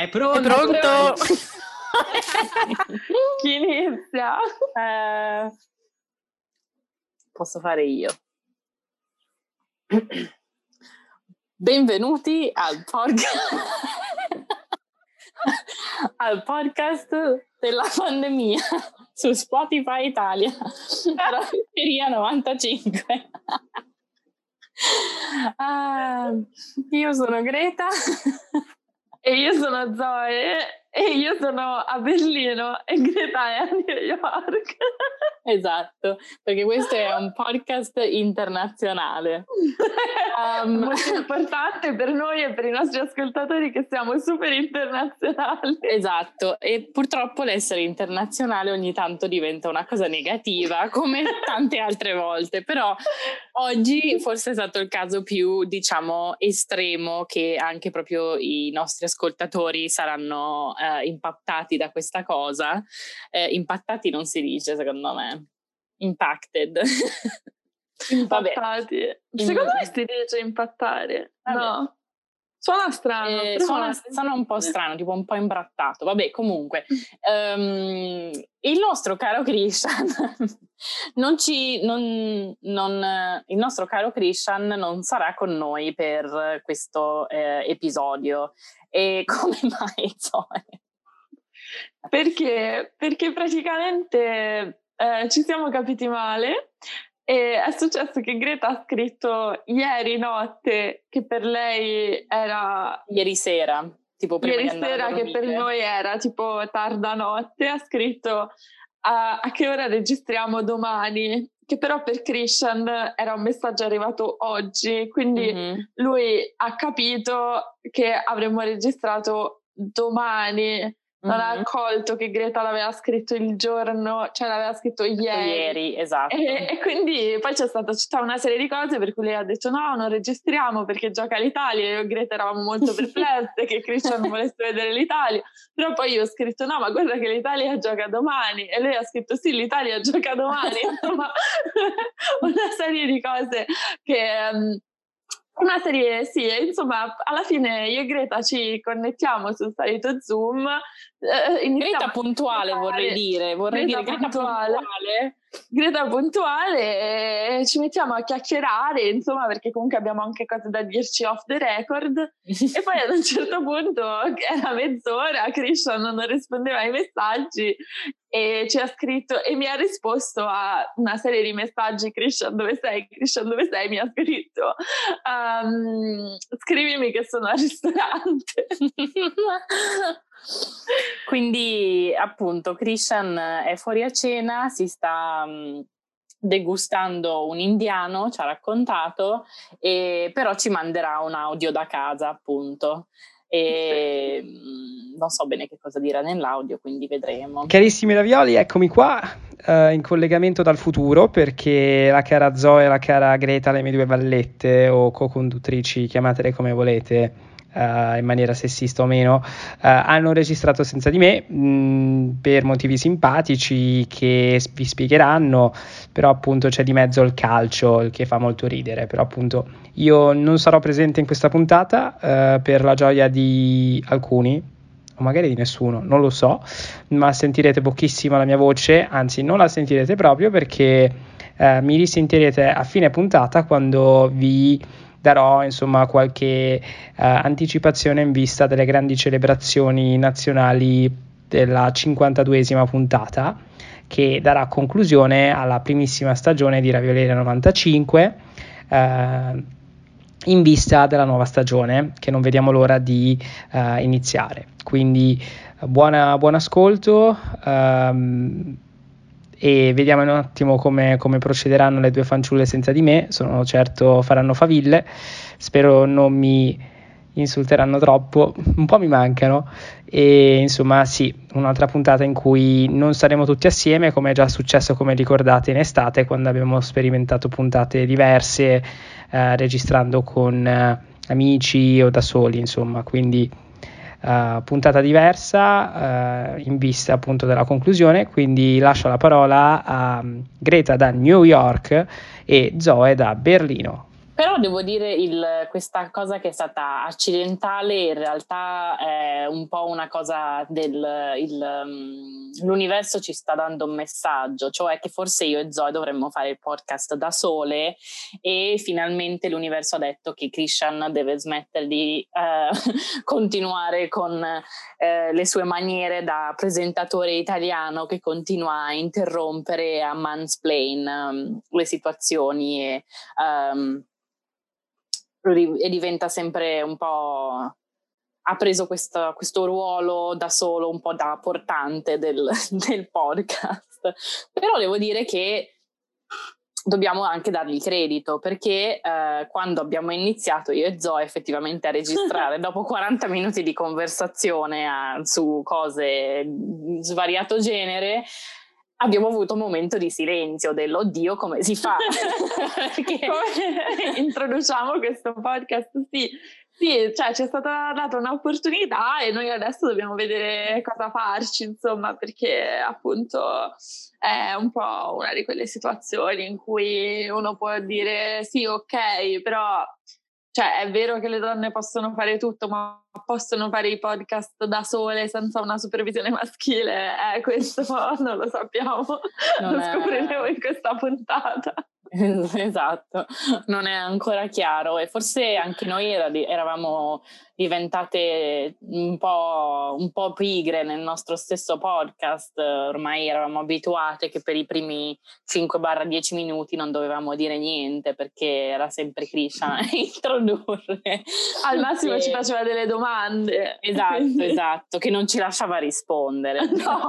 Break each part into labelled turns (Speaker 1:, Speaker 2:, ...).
Speaker 1: È pronto?
Speaker 2: È pronto?
Speaker 3: Chi inizia?
Speaker 2: Posso fare io. Benvenuti al podcast della pandemia su Spotify Italia, Raffineria 95. Io sono Greta.
Speaker 3: E io sono Zoe e io sono a Berlino e Greta è a New York.
Speaker 2: Esatto, perché questo è un podcast internazionale.
Speaker 3: Molto importante per noi e per i nostri ascoltatori che siamo super internazionali.
Speaker 2: Esatto, e purtroppo l'essere internazionale ogni tanto diventa una cosa negativa, come tante altre volte, però oggi forse è stato il caso più, diciamo, estremo, che anche proprio i nostri ascoltatori saranno impattati da questa cosa. Impattati non si dice, secondo me. Impacted.
Speaker 3: Impattati.
Speaker 2: Vabbè.
Speaker 3: Secondo me si dice impattare.
Speaker 2: Vabbè.
Speaker 3: No. Suona strano.
Speaker 2: Suona un po' strano, tipo un po' imbrattato. Vabbè, comunque. Il nostro caro Christian il nostro caro Christian non sarà con noi per questo episodio. E come mai, Zoe?
Speaker 3: Perché praticamente ci siamo capiti male e è successo che Greta ha scritto ieri notte, che per lei era
Speaker 2: ieri sera, tipo prima
Speaker 3: ieri
Speaker 2: di andare
Speaker 3: sera,
Speaker 2: a
Speaker 3: che
Speaker 2: dormire.
Speaker 3: per noi era tipo tarda notte, ha scritto a che ora registriamo domani, che però per Christian era un messaggio arrivato oggi, quindi lui ha capito che avremmo registrato domani. Non ha accolto che Greta l'aveva scritto il giorno, cioè l'aveva scritto ieri.
Speaker 2: Esatto.
Speaker 3: E quindi poi c'è stata tutta una serie di cose per cui lei ha detto no, non registriamo perché gioca l'Italia. Io e Greta eravamo molto perplesse che Christian non volesse vedere l'Italia, però poi io ho scritto no, ma guarda che l'Italia gioca domani, e lei ha scritto sì, l'Italia gioca domani. Insomma, una serie di cose che... Una serie, sì, insomma, alla fine io e Greta ci connettiamo sul solito Zoom.
Speaker 2: Greta puntuale, vorrei dire Greta puntuale.
Speaker 3: Greta puntuale, e ci mettiamo a chiacchierare, insomma, perché comunque abbiamo anche cose da dirci off the record. E poi ad un certo punto, era mezz'ora, Christian non rispondeva ai messaggi e ci ha scritto e mi ha risposto a una serie di messaggi. Christian dove sei? Christian dove sei? Mi ha scritto scrivimi che sono al ristorante.
Speaker 2: Quindi appunto Christian è fuori a cena, si sta degustando un indiano, ci ha raccontato, però ci manderà un audio da casa, appunto. E non so bene che cosa dirà nell'audio, quindi vedremo.
Speaker 4: Carissimi ravioli, eccomi qua in collegamento dal futuro, perché la cara Zoe e la cara Greta, le mie due vallette o co-conduttrici, chiamatele come volete, in maniera sessista o meno, hanno registrato senza di me per motivi simpatici che vi spiegheranno, però appunto c'è di mezzo il calcio, il che fa molto ridere. Però appunto io non sarò presente in questa puntata per la gioia di alcuni, o magari di nessuno, non lo so, ma sentirete pochissimo la mia voce, anzi non la sentirete proprio, perché mi risentirete a fine puntata, quando vi darò insomma qualche anticipazione in vista delle grandi celebrazioni nazionali della 52esima puntata, che darà conclusione alla primissima stagione di Ravioleria 95, in vista della nuova stagione che non vediamo l'ora di iniziare. Quindi buon ascolto, e vediamo un attimo come procederanno le due fanciulle senza di me. Sono certo faranno faville, spero non mi insulteranno troppo, un po' mi mancano. E insomma sì, un'altra puntata in cui non saremo tutti assieme, come è già successo, come ricordate, in estate, quando abbiamo sperimentato puntate diverse, registrando con amici o da soli, insomma. Quindi puntata diversa in vista appunto della conclusione, quindi lascio la parola a Greta da New York e Zoe da Berlino.
Speaker 2: Però devo dire questa cosa che è stata accidentale in realtà è un po' una cosa l'universo ci sta dando un messaggio, cioè che forse io e Zoe dovremmo fare il podcast da sole e finalmente l'universo ha detto che Christian deve smettere di continuare con le sue maniere da presentatore italiano che continua a interrompere e a mansplain le situazioni e diventa sempre un po'... ha preso questo ruolo da solo, un po' da portante del podcast. Però devo dire che dobbiamo anche dargli credito, perché quando abbiamo iniziato io e Zoe effettivamente a registrare, dopo 40 minuti di conversazione su cose svariato genere, abbiamo avuto un momento di silenzio dell'oddio come si fa.
Speaker 3: Perché come introduciamo questo podcast? Sì, cioè ci è stata data un'opportunità e noi adesso dobbiamo vedere cosa farci, insomma, perché appunto è un po' una di quelle situazioni in cui uno può dire sì, ok, però cioè è vero che le donne possono fare tutto, ma possono fare i podcast da sole senza una supervisione maschile? Questo non lo sappiamo, lo scopriremo in questa puntata.
Speaker 2: Esatto, non è ancora chiaro e forse anche noi eravamo diventate un po' pigre nel nostro stesso podcast, ormai eravamo abituate che per i primi 5-10 minuti non dovevamo dire niente perché era sempre Christian a introdurre.
Speaker 3: Al massimo ci faceva delle domande.
Speaker 2: Esatto, che non ci lasciava rispondere.
Speaker 3: No.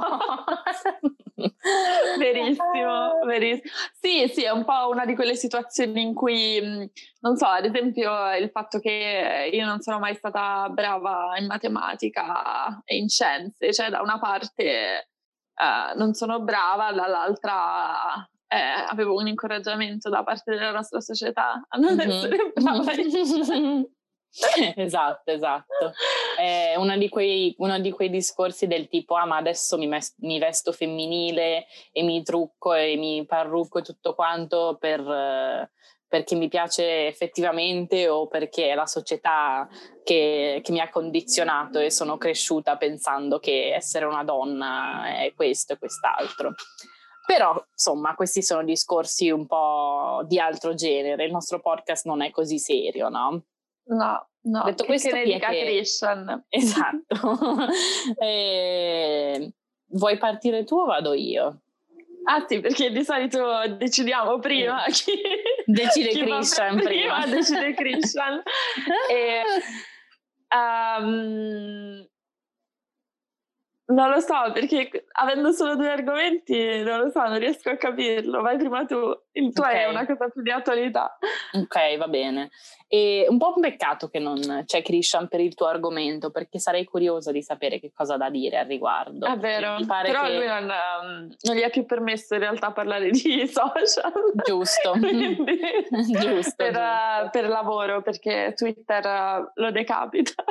Speaker 3: Verissimo. Sì, è un po' una di quelle situazioni in cui, non so, ad esempio il fatto che io non sono mai stata brava in matematica e in scienze, cioè da una parte non sono brava, dall'altra avevo un incoraggiamento da parte della nostra società a non essere brava in scienze.
Speaker 2: Esatto. È uno di quei discorsi del tipo ma adesso mi vesto femminile e mi trucco e mi parrucco e tutto quanto perché mi piace effettivamente o perché è la società che mi ha condizionato e sono cresciuta pensando che essere una donna è questo e quest'altro. Però, insomma, questi sono discorsi un po' di altro genere. Il nostro podcast non è così serio, no?
Speaker 3: No,
Speaker 2: detto questo,
Speaker 3: che ne dica Christian.
Speaker 2: Esatto. Vuoi partire tu o vado io?
Speaker 3: Ah sì, perché di solito decidiamo prima chi
Speaker 2: decide Christian prima.
Speaker 3: Decide Christian. Non lo so, perché avendo solo 2 argomenti, non lo so, non riesco a capirlo. Vai prima tu, il tuo è una cosa più di attualità.
Speaker 2: Ok, va bene. E un po' un peccato che non c'è Christian per il tuo argomento, perché sarei curiosa di sapere che cosa ha da dire al riguardo.
Speaker 3: È vero, però lui non gli è più permesso in realtà parlare di social.
Speaker 2: Giusto.
Speaker 3: Quindi,
Speaker 2: giusto.
Speaker 3: Per lavoro, perché Twitter lo decapita.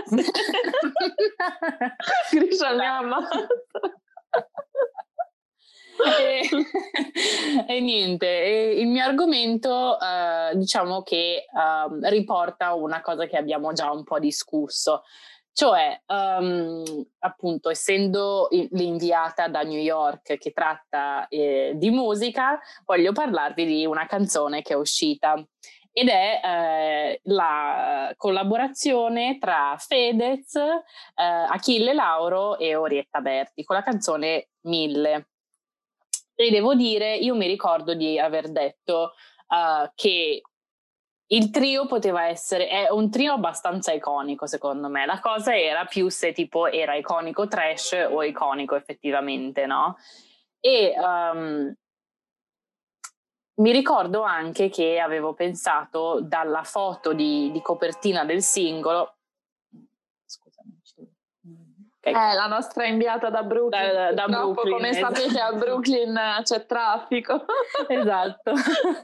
Speaker 3: Christian mi ama.
Speaker 2: E niente, il mio argomento diciamo che riporta una cosa che abbiamo già un po' discusso, cioè appunto essendo l'inviata da New York che tratta di musica, voglio parlarvi di una canzone che è uscita ed è la collaborazione tra Fedez, Achille Lauro e Orietta Berti con la canzone 1000. E devo dire, io mi ricordo di aver detto che il trio poteva essere, è un trio abbastanza iconico secondo me, la cosa era più se tipo era iconico trash o iconico effettivamente, no? E mi ricordo anche che avevo pensato dalla foto di copertina del singolo,
Speaker 3: la nostra inviata da Brooklyn.
Speaker 2: Da Brooklyn,
Speaker 3: come sapete a Brooklyn c'è traffico.
Speaker 2: Esatto.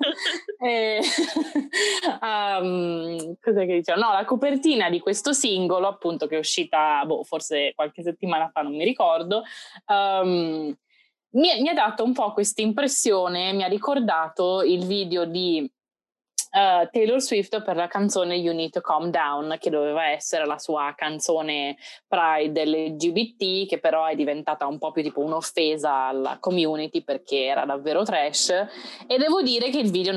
Speaker 2: Cos'è che dicevo? No, la copertina di questo singolo, appunto, che è uscita forse qualche settimana fa, non mi ricordo, mi ha dato un po' questa impressione, mi ha ricordato il video di Taylor Swift per la canzone You Need to Calm Down, che doveva essere la sua canzone Pride LGBT, che però è diventata un po' più tipo un'offesa alla community perché era davvero trash, e devo dire che il video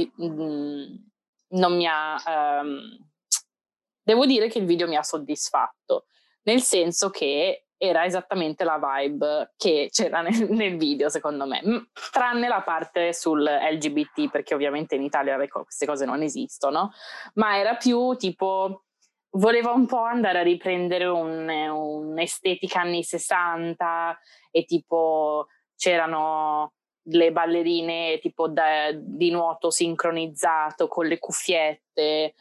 Speaker 2: devo dire che il video mi ha soddisfatto, nel senso che era esattamente la vibe che c'era nel video, secondo me, tranne la parte sul LGBT, perché ovviamente in Italia queste cose non esistono, ma era più tipo, voleva un po' andare a riprendere un'estetica anni 60 e tipo c'erano le ballerine tipo di nuoto sincronizzato con le cuffiette,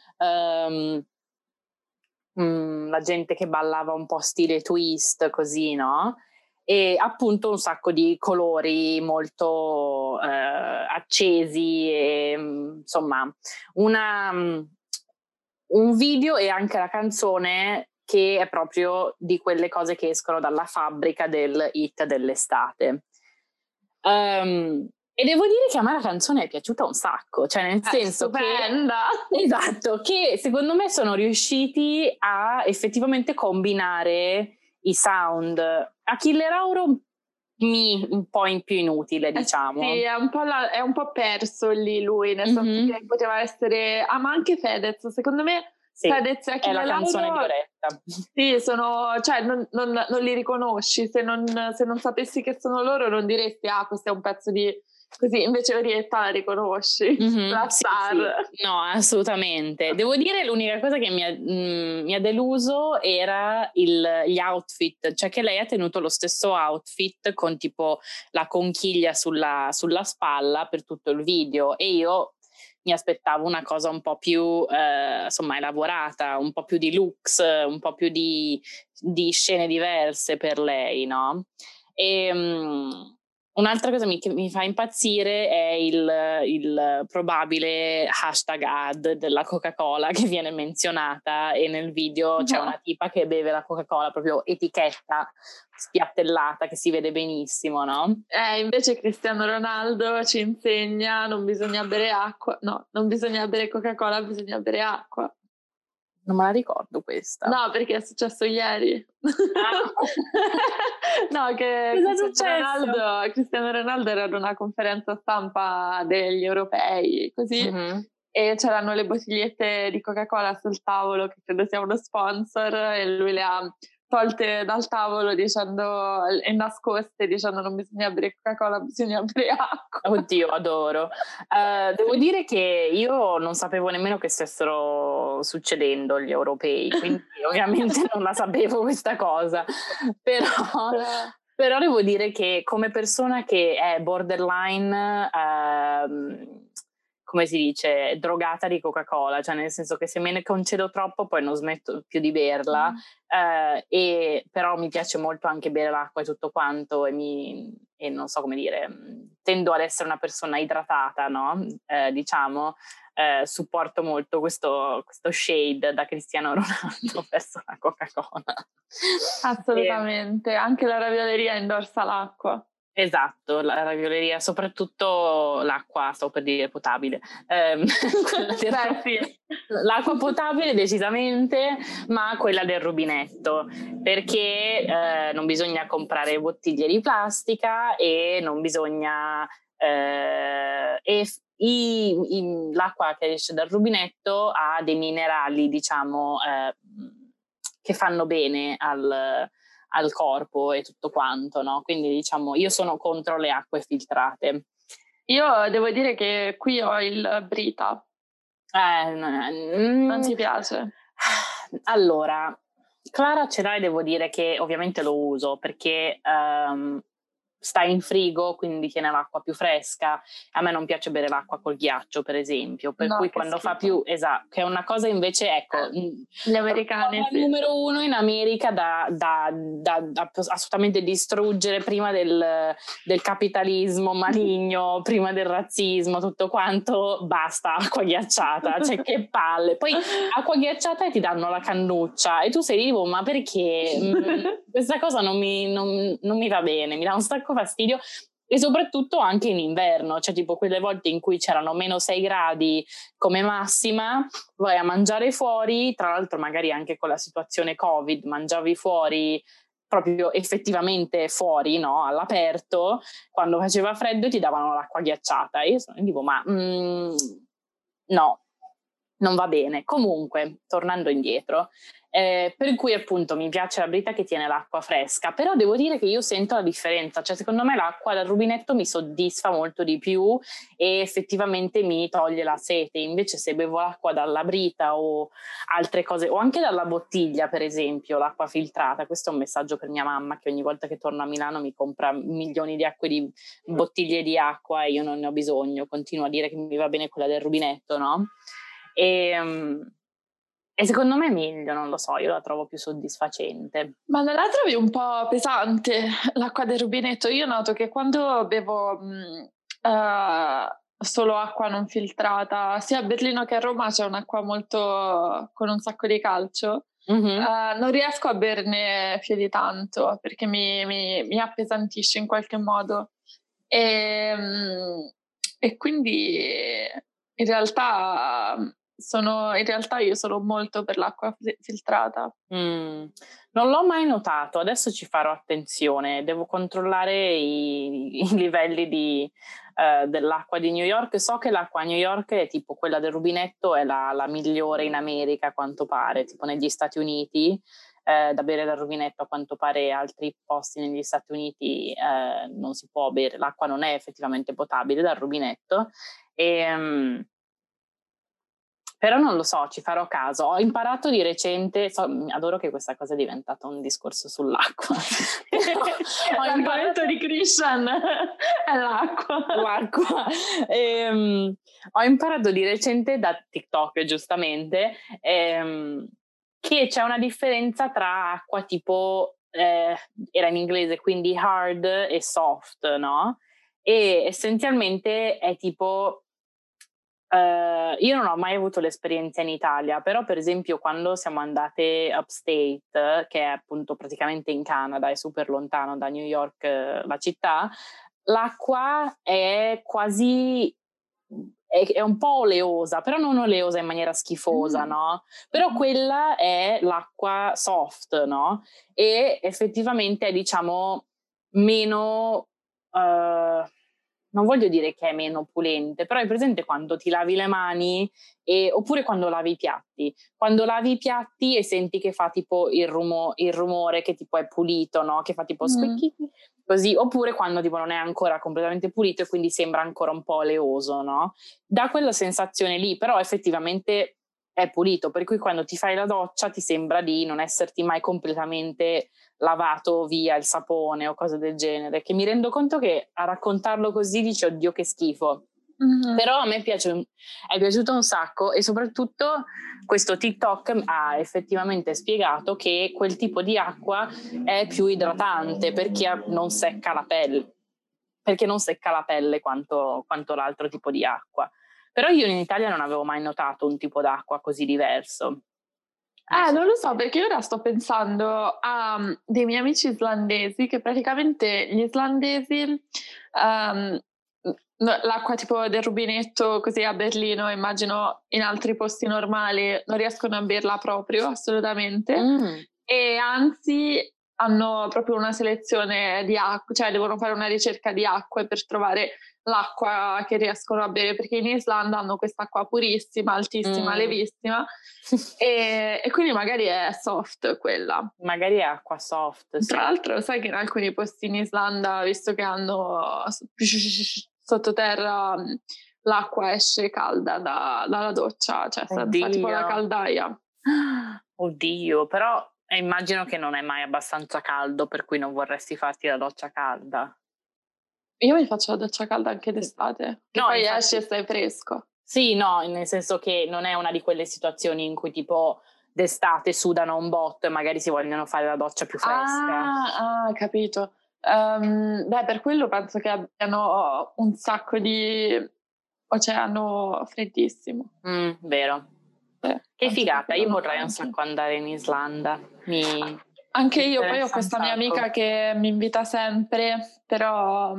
Speaker 2: la gente che ballava un po' stile twist, così, no? E appunto un sacco di colori molto accesi e insomma un video e anche la canzone che è proprio di quelle cose che escono dalla fabbrica del hit dell'estate. E devo dire che a me la canzone è piaciuta un sacco, cioè nel senso
Speaker 3: stupenda.
Speaker 2: Esatto, che secondo me sono riusciti a effettivamente combinare i sound. Achille Lauro un po' in più inutile, diciamo.
Speaker 3: Sì, è un po' perso lì lui, nel senso che poteva essere... ma anche Fedez, secondo me
Speaker 2: sì,
Speaker 3: Fedez e Achille
Speaker 2: è la canzone
Speaker 3: Lauro,
Speaker 2: di Oretta.
Speaker 3: Sì, cioè non li riconosci, se non sapessi che sono loro non diresti questo è un pezzo di... Così, invece Orietta la riconosci, la star.
Speaker 2: Sì. No, assolutamente. Devo dire l'unica cosa che mi ha deluso era gli outfit, cioè che lei ha tenuto lo stesso outfit con tipo la conchiglia sulla spalla per tutto il video, e io mi aspettavo una cosa un po' più insomma elaborata, un po' più di looks, un po' più di scene diverse per lei, no? Un'altra cosa che mi fa impazzire è il probabile hashtag ad della Coca-Cola che viene menzionata, e nel video c'è una tipa che beve la Coca-Cola, proprio etichetta spiattellata che si vede benissimo, no?
Speaker 3: Invece Cristiano Ronaldo ci insegna non bisogna bere acqua, no, non bisogna bere Coca-Cola, bisogna bere acqua.
Speaker 2: Non me la ricordo questa.
Speaker 3: No, perché è successo ieri. No, che Cristiano Ronaldo era ad una conferenza stampa degli europei, così, e c'erano le bottigliette di Coca-Cola sul tavolo, che credo sia uno sponsor, e lui le ha tolte dal tavolo e nascoste dicendo non bisogna bere Coca-Cola, bisogna bere acqua.
Speaker 2: Oddio, adoro. Devo dire che io non sapevo nemmeno che stessero succedendo gli europei, quindi ovviamente non la sapevo questa cosa, però devo dire che come persona che è borderline, come si dice, drogata di Coca-Cola, cioè nel senso che se me ne concedo troppo poi non smetto più di berla, e però mi piace molto anche bere l'acqua e tutto quanto, e non so come dire, tendo ad essere una persona idratata, no? Diciamo, supporto molto questo shade da Cristiano Ronaldo verso la Coca-Cola.
Speaker 3: Assolutamente, anche la ravioleria indorsa l'acqua.
Speaker 2: Esatto, la ravioleria, soprattutto l'acqua, sto per dire potabile.
Speaker 3: Sì.
Speaker 2: L'acqua potabile decisamente, ma quella del rubinetto, perché non bisogna comprare bottiglie di plastica e non bisogna... l'acqua che esce dal rubinetto ha dei minerali, diciamo, che fanno bene al corpo e tutto quanto, no? Quindi diciamo io sono contro le acque filtrate.
Speaker 3: Io devo dire che qui ho il Brita. Non ti piace?
Speaker 2: Allora, Clara ce l'hai, devo dire che ovviamente lo uso perché sta in frigo, quindi tiene l'acqua più fresca. A me non piace bere l'acqua col ghiaccio, per esempio, per cui quando
Speaker 3: schifo.
Speaker 2: fa più, esatto, che è una cosa invece, ecco,
Speaker 3: gli americani
Speaker 2: sì. Numero uno in America da assolutamente distruggere prima del capitalismo maligno, prima del razzismo, tutto quanto, basta, acqua ghiacciata, cioè che palle. Poi acqua ghiacciata e ti danno la cannuccia e tu sei tipo, ma perché? Questa cosa non mi va bene, mi dà un sacco fastidio. E soprattutto anche in inverno, cioè tipo quelle volte in cui c'erano meno 6 gradi come massima, vai a mangiare fuori, tra l'altro magari anche con la situazione Covid, mangiavi fuori proprio effettivamente fuori, no? All'aperto, quando faceva freddo ti davano l'acqua ghiacciata. Io sono tipo, ma no, non va bene. Comunque, tornando indietro, per cui appunto mi piace la Brita che tiene l'acqua fresca, però devo dire che io sento la differenza, cioè secondo me l'acqua dal rubinetto mi soddisfa molto di più e effettivamente mi toglie la sete, invece se bevo l'acqua dalla Brita o altre cose, o anche dalla bottiglia per esempio, l'acqua filtrata, questo è un messaggio per mia mamma che ogni volta che torno a Milano mi compra milioni di acque di bottiglie di acqua e io non ne ho bisogno, continuo a dire che mi va bene quella del rubinetto, no? E secondo me è meglio, non lo so, io la trovo più soddisfacente.
Speaker 3: Ma non la trovi un po' pesante l'acqua del rubinetto? Io noto che quando bevo solo acqua non filtrata, sia a Berlino che a Roma c'è un'acqua molto con un sacco di calcio, non riesco a berne più di tanto perché mi appesantisce in qualche modo. E quindi in realtà io sono molto per l'acqua filtrata.
Speaker 2: Non l'ho mai notato, adesso ci farò attenzione, devo controllare i livelli dell'acqua di New York. So che l'acqua a New York è tipo quella del rubinetto, è la migliore in America a quanto pare, tipo negli Stati Uniti. Da bere dal rubinetto a quanto pare altri posti negli Stati Uniti non si può bere, l'acqua non è effettivamente potabile dal rubinetto però non lo so, ci farò caso. Ho imparato di recente, adoro che questa cosa è diventata un discorso sull'acqua.
Speaker 3: L'argomento di Christian è l'acqua.
Speaker 2: L'acqua. Ho imparato di recente da TikTok, giustamente, che c'è una differenza tra acqua tipo, era in inglese, quindi hard e soft, no? E essenzialmente è tipo... io non ho mai avuto l'esperienza in Italia, però per esempio quando siamo andate upstate, che è appunto praticamente in Canada, è super lontano da New York, la città, l'acqua è quasi... È un po' oleosa, però non oleosa in maniera schifosa, no? Però quella è l'acqua soft, no? E effettivamente è, diciamo, meno... non voglio dire che è meno pulente, però è presente quando ti lavi le mani oppure quando lavi i piatti. Quando lavi i piatti e senti che fa tipo il rumore che tipo è pulito, no? Che fa tipo squicchi, così, oppure quando tipo non è ancora completamente pulito e quindi sembra ancora un po' oleoso, no? Dà quella sensazione lì, però effettivamente è pulito, per cui quando ti fai la doccia ti sembra di non esserti mai completamente lavato via il sapone o cose del genere, che mi rendo conto che a raccontarlo così dici oddio che schifo. Però a me è piaciuto un sacco e soprattutto questo TikTok ha effettivamente spiegato che quel tipo di acqua è più idratante perché non secca la pelle quanto l'altro tipo di acqua. Però io in Italia non avevo mai notato un tipo d'acqua così diverso.
Speaker 3: Non lo so, perché ora sto pensando a dei miei amici islandesi che praticamente gli islandesi l'acqua tipo del rubinetto così a Berlino, immagino in altri posti normali, non riescono a berla proprio, assolutamente. E anzi hanno proprio una selezione di acqua, cioè devono fare una ricerca di acque per trovare l'acqua che riescono a bere, perché in Islanda hanno quest'acqua purissima, altissima, levissima e quindi magari è soft quella.
Speaker 2: Magari è acqua soft, sì.
Speaker 3: Tra l'altro sai che in alcuni posti in Islanda, visto che hanno sottoterra, l'acqua esce calda dalla doccia, cioè senza tipo la caldaia.
Speaker 2: Oddio, però immagino che non è mai abbastanza caldo per cui non vorresti farti la doccia calda.
Speaker 3: Io mi faccio la doccia calda anche d'estate, che poi infatti... esci e stai fresco.
Speaker 2: Sì, no, nel senso che non è una di quelle situazioni in cui tipo d'estate sudano un botto e magari si vogliono fare la doccia più fresca.
Speaker 3: Capito. Per quello penso che abbiano un sacco di oceano freddissimo.
Speaker 2: Vero. Che figata, io vorrei un sacco andare in Islanda.
Speaker 3: Anche io, poi ho questa mia amica che mi invita sempre, però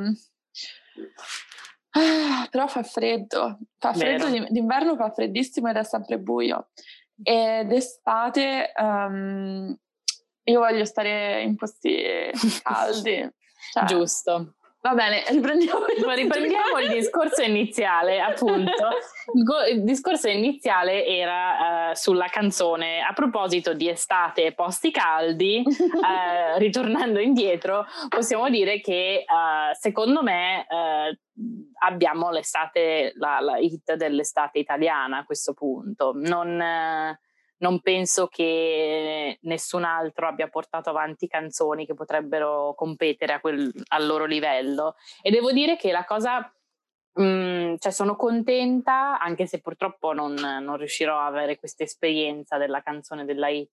Speaker 3: Però fa freddo
Speaker 2: Vero.
Speaker 3: d'inverno fa freddissimo ed è sempre buio. E d'estate io voglio stare in posti caldi. Cioè,
Speaker 2: Giusto.
Speaker 3: va bene,
Speaker 2: Riprendiamo il discorso iniziale, appunto. Il discorso iniziale era sulla canzone. A proposito di estate e posti caldi, ritornando indietro, possiamo dire che secondo me abbiamo l'estate, la hit dell'estate italiana a questo punto. Non penso che nessun altro abbia portato avanti canzoni che potrebbero competere al loro livello. E devo dire che la cosa, cioè sono contenta, anche se purtroppo non riuscirò a avere questa esperienza della canzone dell'hit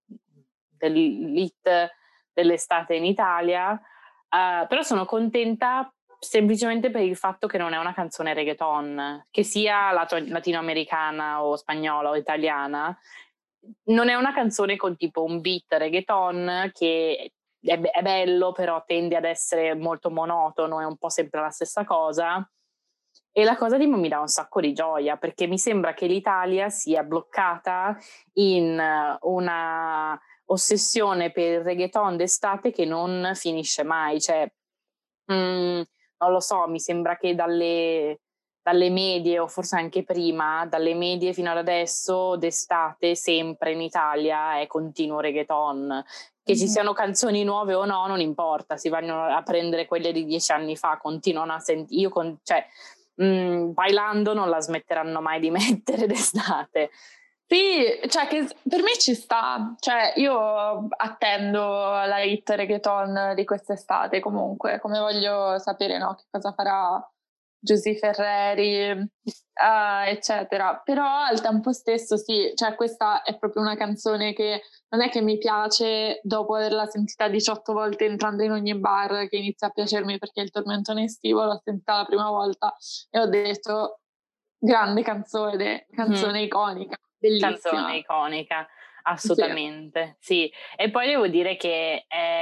Speaker 2: dell'estate in Italia, però sono contenta semplicemente per il fatto che non è una canzone reggaeton, che sia latinoamericana o spagnola o italiana. Non è una canzone con tipo un beat reggaeton che è bello, però tende ad essere molto monotono, è un po' sempre la stessa cosa. E la cosa mi dà un sacco di gioia, perché mi sembra che l'Italia sia bloccata in una ossessione per il reggaeton d'estate che non finisce mai. Cioè, non lo so, mi sembra che dalle medie, o forse anche prima, dalle medie fino ad adesso, d'estate, sempre in Italia è continuo reggaeton. Che ci siano canzoni nuove o no, non importa, si vanno a prendere quelle di 10 anni fa, continuano a sentire, Bailando non la smetteranno mai di mettere d'estate.
Speaker 3: Sì, cioè che per me ci sta, cioè io attendo la hit reggaeton di quest'estate comunque, come voglio sapere, no, che cosa farà Giusy Ferreri, eccetera. Però al tempo stesso sì, cioè questa è proprio una canzone che non è che mi piace dopo averla sentita 18 volte entrando in ogni bar, che inizia a piacermi perché il tormentone estivo l'ho sentita la prima volta e ho detto grande canzone iconica. Bellissima.
Speaker 2: Canzone iconica, assolutamente, sì. E poi devo dire che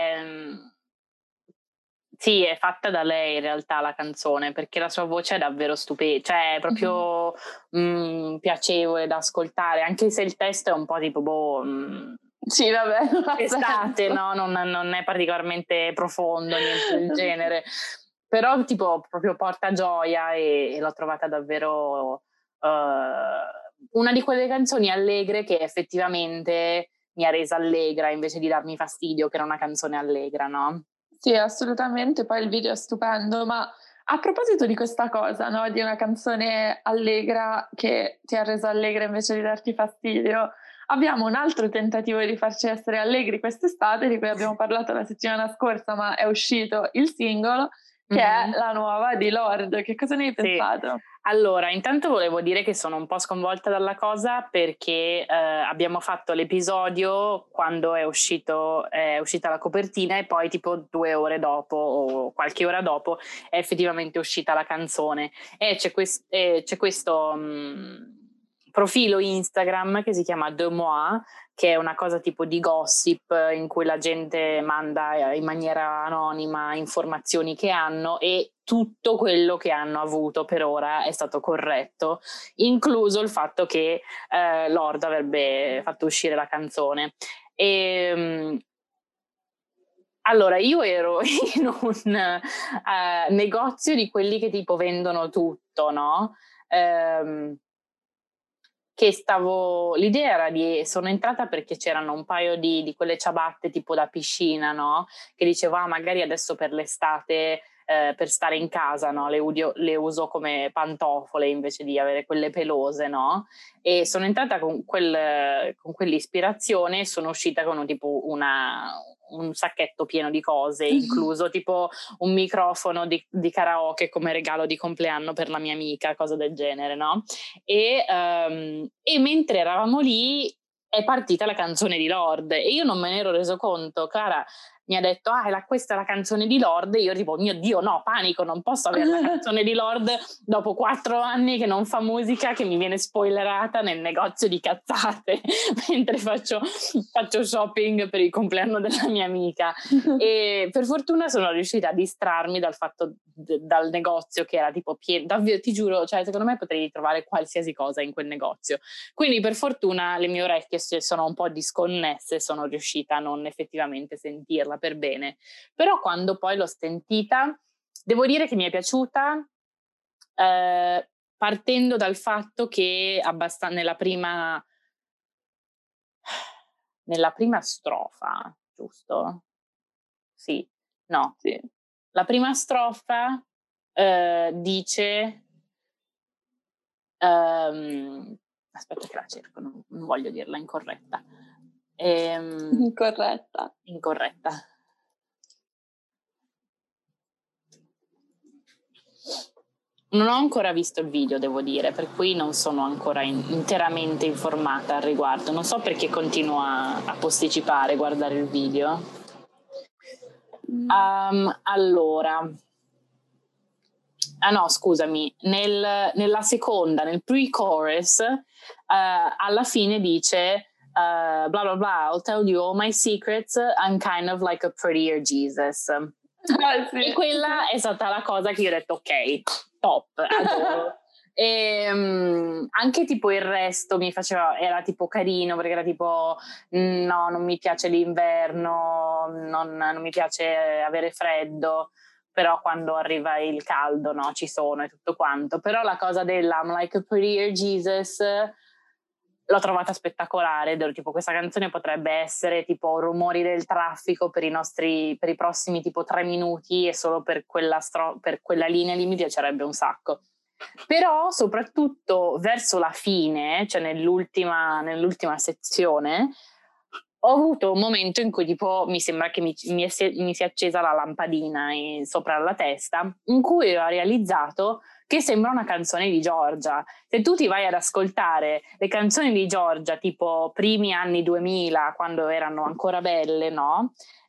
Speaker 2: sì, è fatta da lei in realtà la canzone, perché la sua voce è davvero stupenda, cioè è proprio piacevole da ascoltare, anche se il testo è un po' tipo
Speaker 3: sì, vabbè,
Speaker 2: estate, no? Non è particolarmente profondo, niente del genere, però tipo proprio porta gioia e l'ho trovata davvero una di quelle canzoni allegre che effettivamente mi ha resa allegra invece di darmi fastidio, che era una canzone allegra, no?
Speaker 3: Sì, assolutamente, poi il video è stupendo, ma a proposito di questa cosa, no, di una canzone allegra che ti ha reso allegra invece di darti fastidio, abbiamo un altro tentativo di farci essere allegri quest'estate, di cui abbiamo parlato la settimana scorsa, ma è uscito il singolo, che è la nuova di Lorde. Che cosa ne hai pensato?
Speaker 2: Allora, intanto volevo dire che sono un po' sconvolta dalla cosa perché abbiamo fatto l'episodio quando è uscita la copertina e poi tipo 2 ore dopo o qualche ora dopo è effettivamente uscita la canzone e c'è questo profilo Instagram che si chiama De Moi, che è una cosa tipo di gossip in cui la gente manda in maniera anonima informazioni che hanno e tutto quello che hanno avuto per ora è stato corretto, incluso il fatto che Lord avrebbe fatto uscire la canzone. Allora, io ero in un negozio di quelli che tipo vendono tutto, no? L'idea era sono entrata perché c'erano un paio di quelle ciabatte tipo da piscina, no? Che dicevo, magari adesso per l'estate, per stare in casa, no? Le uso come pantofole invece di avere quelle pelose, no? E sono entrata con quell'ispirazione e sono uscita con un sacchetto pieno di cose, incluso tipo un microfono di karaoke come regalo di compleanno per la mia amica, cosa del genere, no? E mentre eravamo lì è partita la canzone di Lorde e io non me ne ero reso conto, cara, mi ha detto questa è la canzone di Lorde, e io tipo mio Dio no, panico, non posso avere la canzone di Lorde dopo 4 anni che non fa musica, che mi viene spoilerata nel negozio di cazzate mentre faccio shopping per il compleanno della mia amica. E per fortuna sono riuscita a distrarmi dal fatto dal negozio che era tipo pieno, davvero ti giuro, cioè secondo me potrei trovare qualsiasi cosa in quel negozio, quindi per fortuna le mie orecchie sono un po' disconnesse, sono riuscita a non effettivamente sentirla per bene, però quando poi l'ho sentita devo dire che mi è piaciuta, partendo dal fatto che nella prima strofa, giusto? Sì, no,
Speaker 3: Sì.
Speaker 2: la prima strofa dice aspetta che la cerco, non voglio dirla incorretta. Incorretta. Non ho ancora visto il video, devo dire, per cui non sono ancora interamente informata al riguardo. Non so perché continuo a posticipare guardare il video. Allora, no, scusami, nella seconda, nel pre-chorus, alla fine dice bla bla bla, I'll tell you all my secrets, I'm kind of like a prettier Jesus.
Speaker 3: Sì.
Speaker 2: E quella è stata la cosa che io ho detto ok, top, adoro. E anche tipo il resto era tipo carino, perché era tipo no, non mi piace l'inverno, non mi piace avere freddo, però quando arriva il caldo, no, ci sono e tutto quanto. Però la cosa della I'm like a prettier Jesus l'ho trovata spettacolare, ed ero tipo questa canzone potrebbe essere tipo rumori del traffico per i prossimi tipo 3 minuti, e solo per quella linea lì mi piacerebbe un sacco. Però soprattutto verso la fine, cioè nell'ultima sezione, ho avuto un momento in cui tipo mi sembra che mi si è accesa la lampadina sopra la testa, in cui ho realizzato che sembra una canzone di Giorgia. Se tu ti vai ad ascoltare le canzoni di Giorgia tipo primi anni 2000, quando erano ancora belle, no?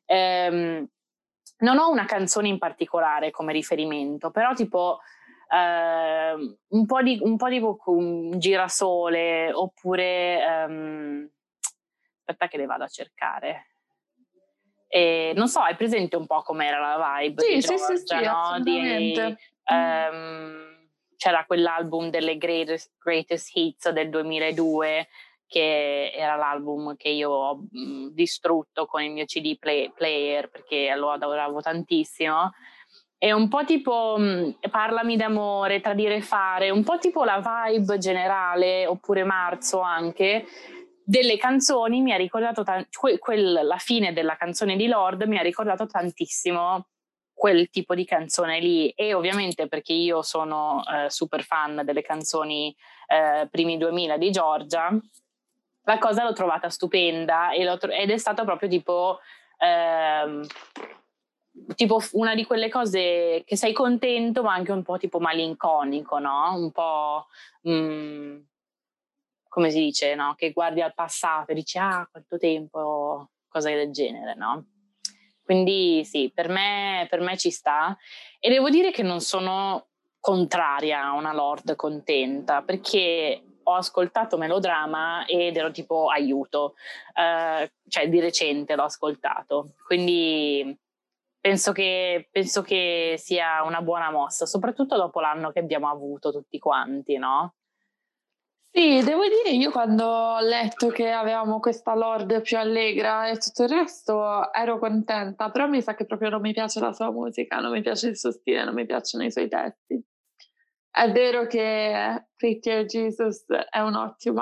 Speaker 2: Non ho una canzone in particolare come riferimento, però tipo un po' di un Girasole, oppure aspetta che le vado a cercare. E non so, hai presente un po' com'era la vibe di Giorgia,
Speaker 3: sì,
Speaker 2: no?
Speaker 3: assolutamente.
Speaker 2: C'era quell'album delle greatest Hits del 2002, che era l'album che io ho distrutto con il mio CD player, perché lo adoravo tantissimo. È un po' tipo Parlami d'amore, Tradire e fare, un po' tipo la vibe generale, oppure Marzo anche, delle canzoni. Mi ha ricordato la fine della canzone di Lorde mi ha ricordato tantissimo quel tipo di canzone lì, e ovviamente perché io sono super fan delle canzoni primi 2000 di Giorgia, la cosa l'ho trovata stupenda, ed è stata proprio tipo una di quelle cose che sei contento ma anche un po' tipo malinconico, no? Un po' come si dice, no? Che guardi al passato e dici quanto tempo, cose del genere, no? Quindi sì, per me ci sta, e devo dire che non sono contraria a una Lorde contenta, perché ho ascoltato Melodrama ed ero tipo aiuto, cioè di recente l'ho ascoltato, quindi penso che sia una buona mossa, soprattutto dopo l'anno che abbiamo avuto tutti quanti, no?
Speaker 3: Sì, devo dire, io quando ho letto che avevamo questa Lorde più allegra e tutto il resto ero contenta, però mi sa che proprio non mi piace la sua musica, non mi piace il suo stile, non mi piacciono i suoi testi. È vero che Prettier Jesus è un ottimo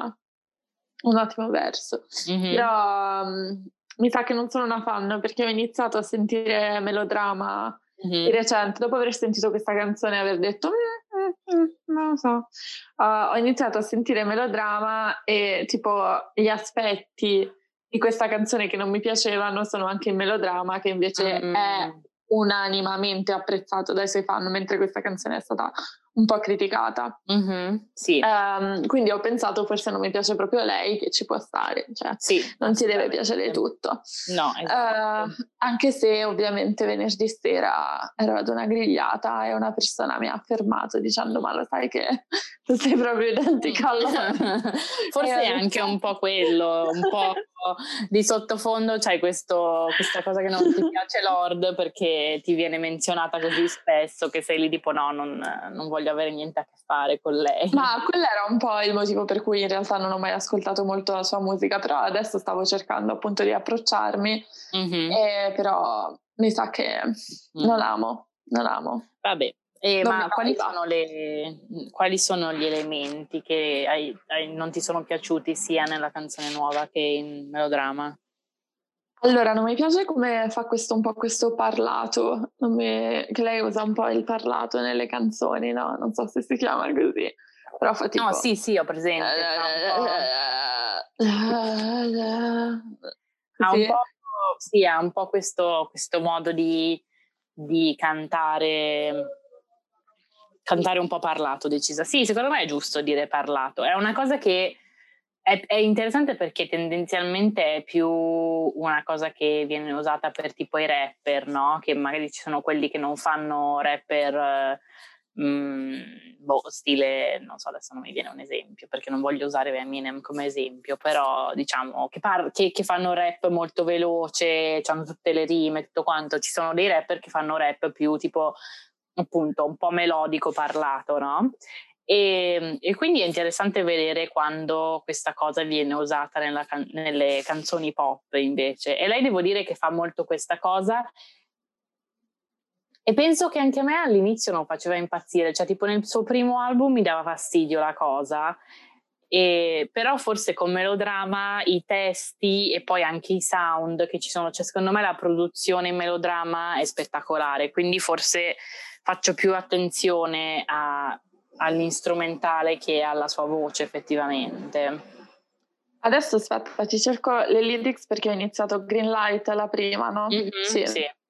Speaker 3: verso, però mi sa che non sono una fan, perché ho iniziato a sentire Melodrama di recente, dopo aver sentito questa canzone e aver detto non lo so, ho iniziato a sentire Melodrama, e tipo gli aspetti di questa canzone che non mi piacevano sono anche in Melodrama, che invece è unanimamente apprezzato dai suoi fan, mentre questa canzone è stata un po' criticata.
Speaker 2: Sì.
Speaker 3: Quindi ho pensato forse non mi piace proprio lei, che ci può stare, cioè
Speaker 2: Sì,
Speaker 3: non ti deve piacere tutto.
Speaker 2: No, esatto.
Speaker 3: Anche se ovviamente venerdì sera ero ad una grigliata e una persona mi ha fermato dicendo ma lo sai che tu sei proprio identica a loro.
Speaker 2: Forse è anche un po' quello, un po' di sottofondo c'hai questa cosa che non ti piace Lorde perché ti viene menzionata così spesso che sei lì tipo no, non voglio avere niente a che fare con lei.
Speaker 3: Ma quello era un po' il motivo per cui in realtà non ho mai ascoltato molto la sua musica, però adesso stavo cercando appunto di approcciarmi, però mi sa che non amo.
Speaker 2: Vabbè, ma quali sono gli elementi che non ti sono piaciuti sia nella canzone nuova che in Melodramma?
Speaker 3: Allora, non mi piace come fa un po' questo parlato, che lei usa un po' il parlato nelle canzoni, no? Non so se si chiama così, però fa tipo...
Speaker 2: No, sì, ho presente. Ha un po' questo modo di cantare un po' parlato, decisa. Sì, secondo me è giusto dire parlato. È una cosa che è interessante perché tendenzialmente è più una cosa che viene usata per tipo i rapper, no? Che magari ci sono quelli che non fanno rapper stile, non so, adesso non mi viene un esempio perché non voglio usare Eminem come esempio, però diciamo che fanno rap molto veloce, hanno tutte le rime, tutto quanto. Ci sono dei rapper che fanno rap più tipo appunto un po' melodico parlato, no? E quindi è interessante vedere quando questa cosa viene usata nelle canzoni pop invece, e lei devo dire che fa molto questa cosa e penso che anche a me all'inizio non faceva impazzire, cioè tipo nel suo primo album mi dava fastidio la cosa, però forse con Melodramma i testi e poi anche i sound che ci sono, cioè secondo me la produzione in Melodramma è spettacolare, quindi forse faccio più attenzione all'instrumentale che alla sua voce effettivamente.
Speaker 3: Adesso aspetta, ti cerco le lyrics perché ho iniziato Green Light la prima, no?
Speaker 2: Sì.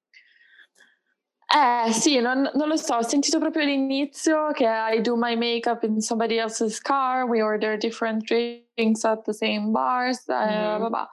Speaker 3: Sì, non lo so, ho sentito proprio all'inizio che I do my makeup in somebody else's car, we order different drinks at the same bars, vabbè.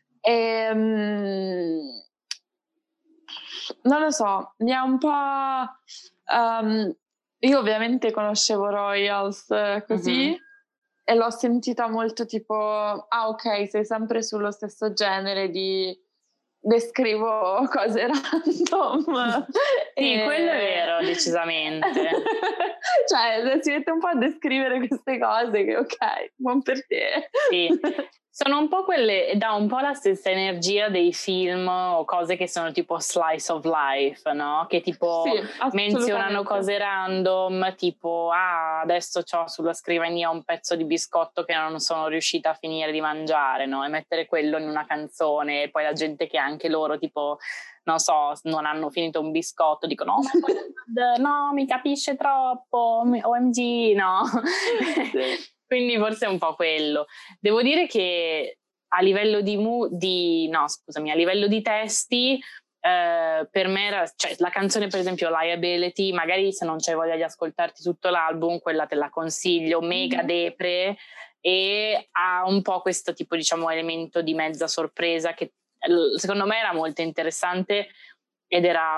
Speaker 3: Non lo so, mi ha un po'... io ovviamente conoscevo Royals così e l'ho sentita molto tipo, ok, sei sempre sullo stesso genere di descrivo cose random.
Speaker 2: Sì, quello è vero, decisamente.
Speaker 3: Cioè, si mette un po' a descrivere queste cose che ok, buon per te.
Speaker 2: Sì. Sono un po' quelle, dà un po' la stessa energia dei film o cose che sono tipo slice of life, no? Che tipo menzionano cose random, tipo adesso c'ho sulla scrivania un pezzo di biscotto che non sono riuscita a finire di mangiare, no? E mettere quello in una canzone e poi la gente che anche loro tipo, non so, non hanno finito un biscotto, dicono no, mi capisce troppo, OMG, no? Sì. Quindi forse è un po' quello. Devo dire che a livello a livello di testi, per me era, cioè, la canzone per esempio Liability, magari se non c'hai voglia di ascoltarti tutto l'album, quella te la consiglio, mega depre, e ha un po' questo tipo diciamo elemento di mezza sorpresa che secondo me era molto interessante ed era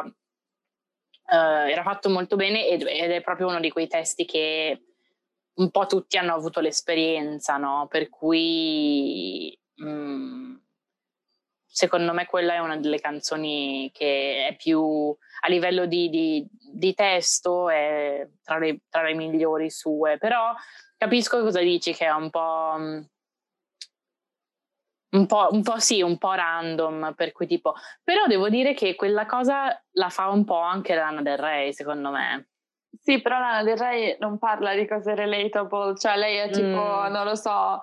Speaker 2: fatto molto bene ed è proprio uno di quei testi che un po' tutti hanno avuto l'esperienza, no? Per cui secondo me quella è una delle canzoni che è più a livello di testo è tra le migliori sue, però capisco cosa dici, che è un po' random, per cui tipo, però devo dire che quella cosa la fa un po' anche Lana Del Rey, secondo me.
Speaker 3: Sì, però Lana Del Rey non parla di cose relatable, cioè lei è tipo, non lo so,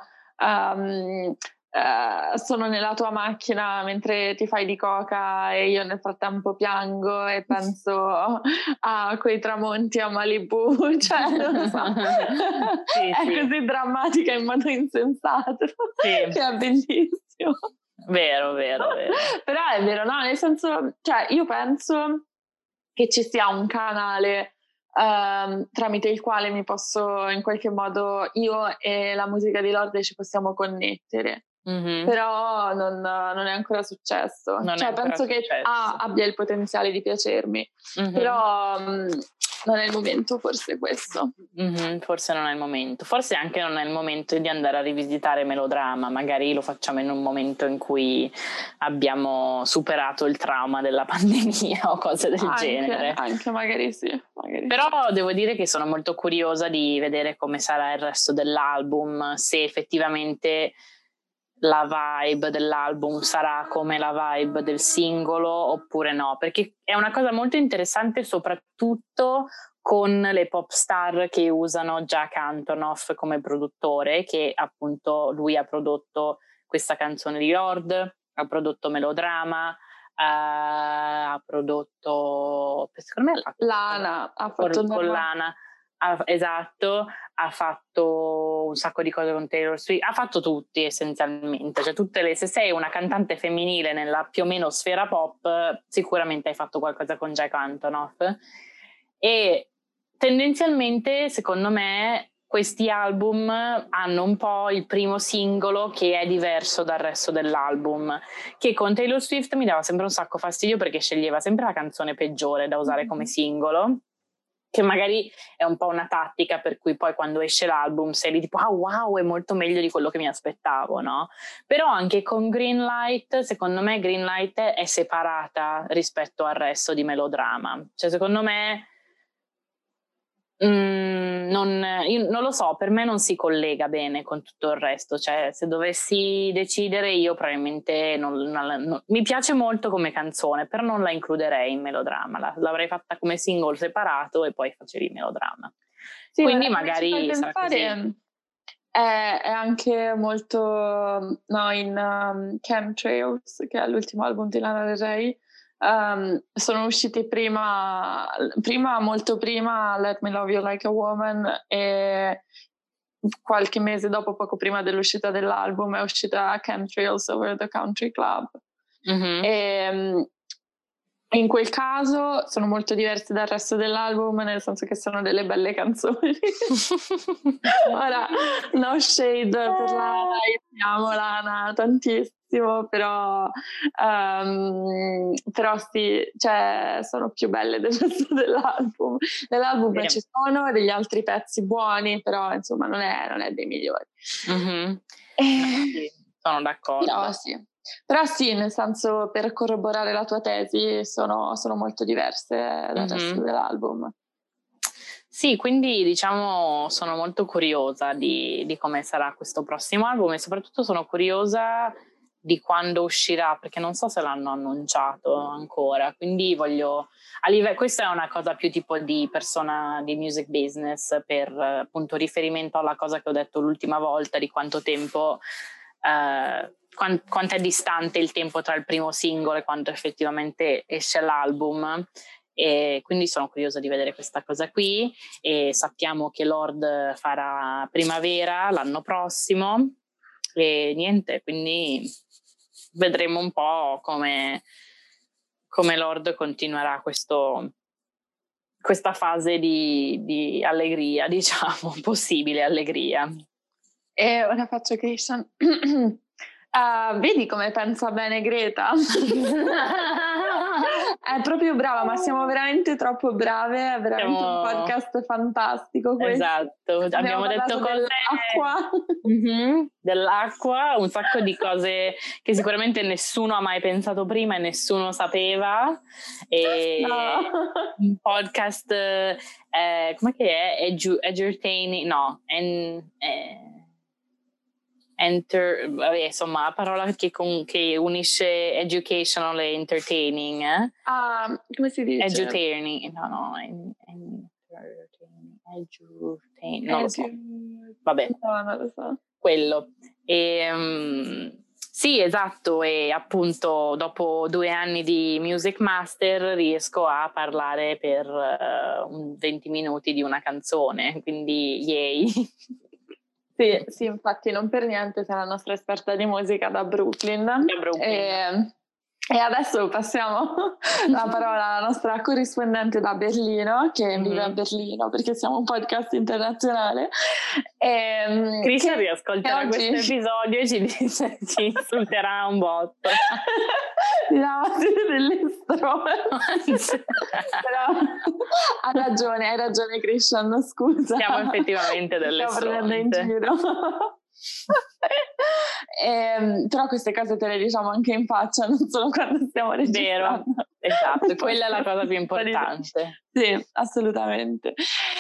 Speaker 3: sono nella tua macchina mentre ti fai di coca e io nel frattempo piango e penso a quei tramonti a Malibu, cioè non lo so, è così drammatica in modo insensato, che è bellissimo.
Speaker 2: Vero.
Speaker 3: Però è vero, no? Nel senso, cioè io penso che ci sia un canale tramite il quale mi posso in qualche modo, io e la musica di Lorde ci possiamo connettere. Però non è ancora successo. Penso che abbia il potenziale di piacermi, però non è il momento, forse questo.
Speaker 2: Forse non è il momento, forse anche non è il momento di andare a rivisitare Melodrama, magari lo facciamo in un momento in cui abbiamo superato il trauma della pandemia o cose del genere.
Speaker 3: Anche magari sì.
Speaker 2: Però devo dire che sono molto curiosa di vedere come sarà il resto dell'album, se effettivamente la vibe dell'album sarà come la vibe del singolo oppure no, perché è una cosa molto interessante soprattutto con le pop star che usano Jack Antonoff come produttore, che appunto lui ha prodotto questa canzone di Lorde, ha prodotto Melodrama, ha prodotto, secondo me
Speaker 3: Lana, ha fatto
Speaker 2: con Lana. Esatto, ha fatto un sacco di cose con Taylor Swift, ha fatto tutti essenzialmente, cioè se sei una cantante femminile nella più o meno sfera pop, sicuramente hai fatto qualcosa con Jack Antonoff, e tendenzialmente secondo me questi album hanno un po' il primo singolo che è diverso dal resto dell'album, che con Taylor Swift mi dava sempre un sacco fastidio perché sceglieva sempre la canzone peggiore da usare come singolo, che magari è un po' una tattica per cui poi quando esce l'album sei lì tipo wow, è molto meglio di quello che mi aspettavo, no? Però anche con Greenlight, secondo me Greenlight è separata rispetto al resto di Melodrama, cioè secondo me io non lo so, per me non si collega bene con tutto il resto, cioè se dovessi decidere io probabilmente mi piace molto come canzone, però non la includerei in Melodrama, l'avrei fatta come singolo separato e poi facevi Melodrama.
Speaker 3: Sì,
Speaker 2: quindi magari sarà così.
Speaker 3: È anche molto in Chemtrails, che è l'ultimo album di Lana Del Rey. Sono usciti molto prima Let Me Love You Like a Woman, e qualche mese dopo, poco prima dell'uscita dell'album, è uscita Chemtrails Over the Country Club. E in quel caso sono molto diverse dal resto dell'album, nel senso che sono delle belle canzoni. Ora, no shade per Lana, amo Lana tantissimo, però sì, cioè, sono più belle del resto dell'album. Nell'album ci sono degli altri pezzi buoni, però insomma non è dei migliori.
Speaker 2: Sì, sono d'accordo.
Speaker 3: Però sì, nel senso, per corroborare la tua tesi, sono molto diverse dal resto dell'album.
Speaker 2: Sì, quindi diciamo sono molto curiosa di come sarà questo prossimo album, e soprattutto sono curiosa di quando uscirà, perché non so se l'hanno annunciato ancora, quindi questa è una cosa più tipo di persona di music business, per appunto riferimento alla cosa che ho detto l'ultima volta di quanto tempo quanto è distante il tempo tra il primo singolo e quanto effettivamente esce l'album, e quindi sono curiosa di vedere questa cosa qui, e sappiamo che Lorde farà primavera l'anno prossimo e niente, quindi vedremo un po' come Lorde continuerà questa fase di allegria, diciamo, possibile allegria.
Speaker 3: E ora faccio Christian. Vedi come pensa bene Greta? È proprio brava, ma siamo veramente troppo brave, è veramente un podcast fantastico questo.
Speaker 2: Esatto, abbiamo detto cose dell'acqua, un sacco di cose che sicuramente nessuno ha mai pensato prima e nessuno sapeva, e un podcast com'è che è? Edutaining, no, insomma, la parola che unisce educational e entertaining.
Speaker 3: Come si dice?
Speaker 2: Edutaining, edutaining, non lo so. Vabbè,
Speaker 3: no, non lo so.
Speaker 2: Quello. Sì, esatto, e appunto dopo 2 anni di Music Master riesco a parlare per 20 minuti di una canzone, quindi yay.
Speaker 3: Sì, infatti non per niente sei la nostra esperta di musica da Brooklyn. E adesso passiamo la parola alla nostra corrispondente da Berlino, che vive a Berlino perché siamo un podcast internazionale.
Speaker 2: Christian riascolterà
Speaker 3: oggi...
Speaker 2: questo episodio e ci insulterà un botto.
Speaker 3: No, siete delle stronze. Però hai ragione Christian, scusa.
Speaker 2: Siamo effettivamente delle stronze.
Speaker 3: Stiamo prendendo in giro. Però queste cose te le diciamo anche in faccia, non solo quando stiamo registrando.
Speaker 2: Vero, esatto, quella è la cosa più importante.
Speaker 3: Sì, assolutamente.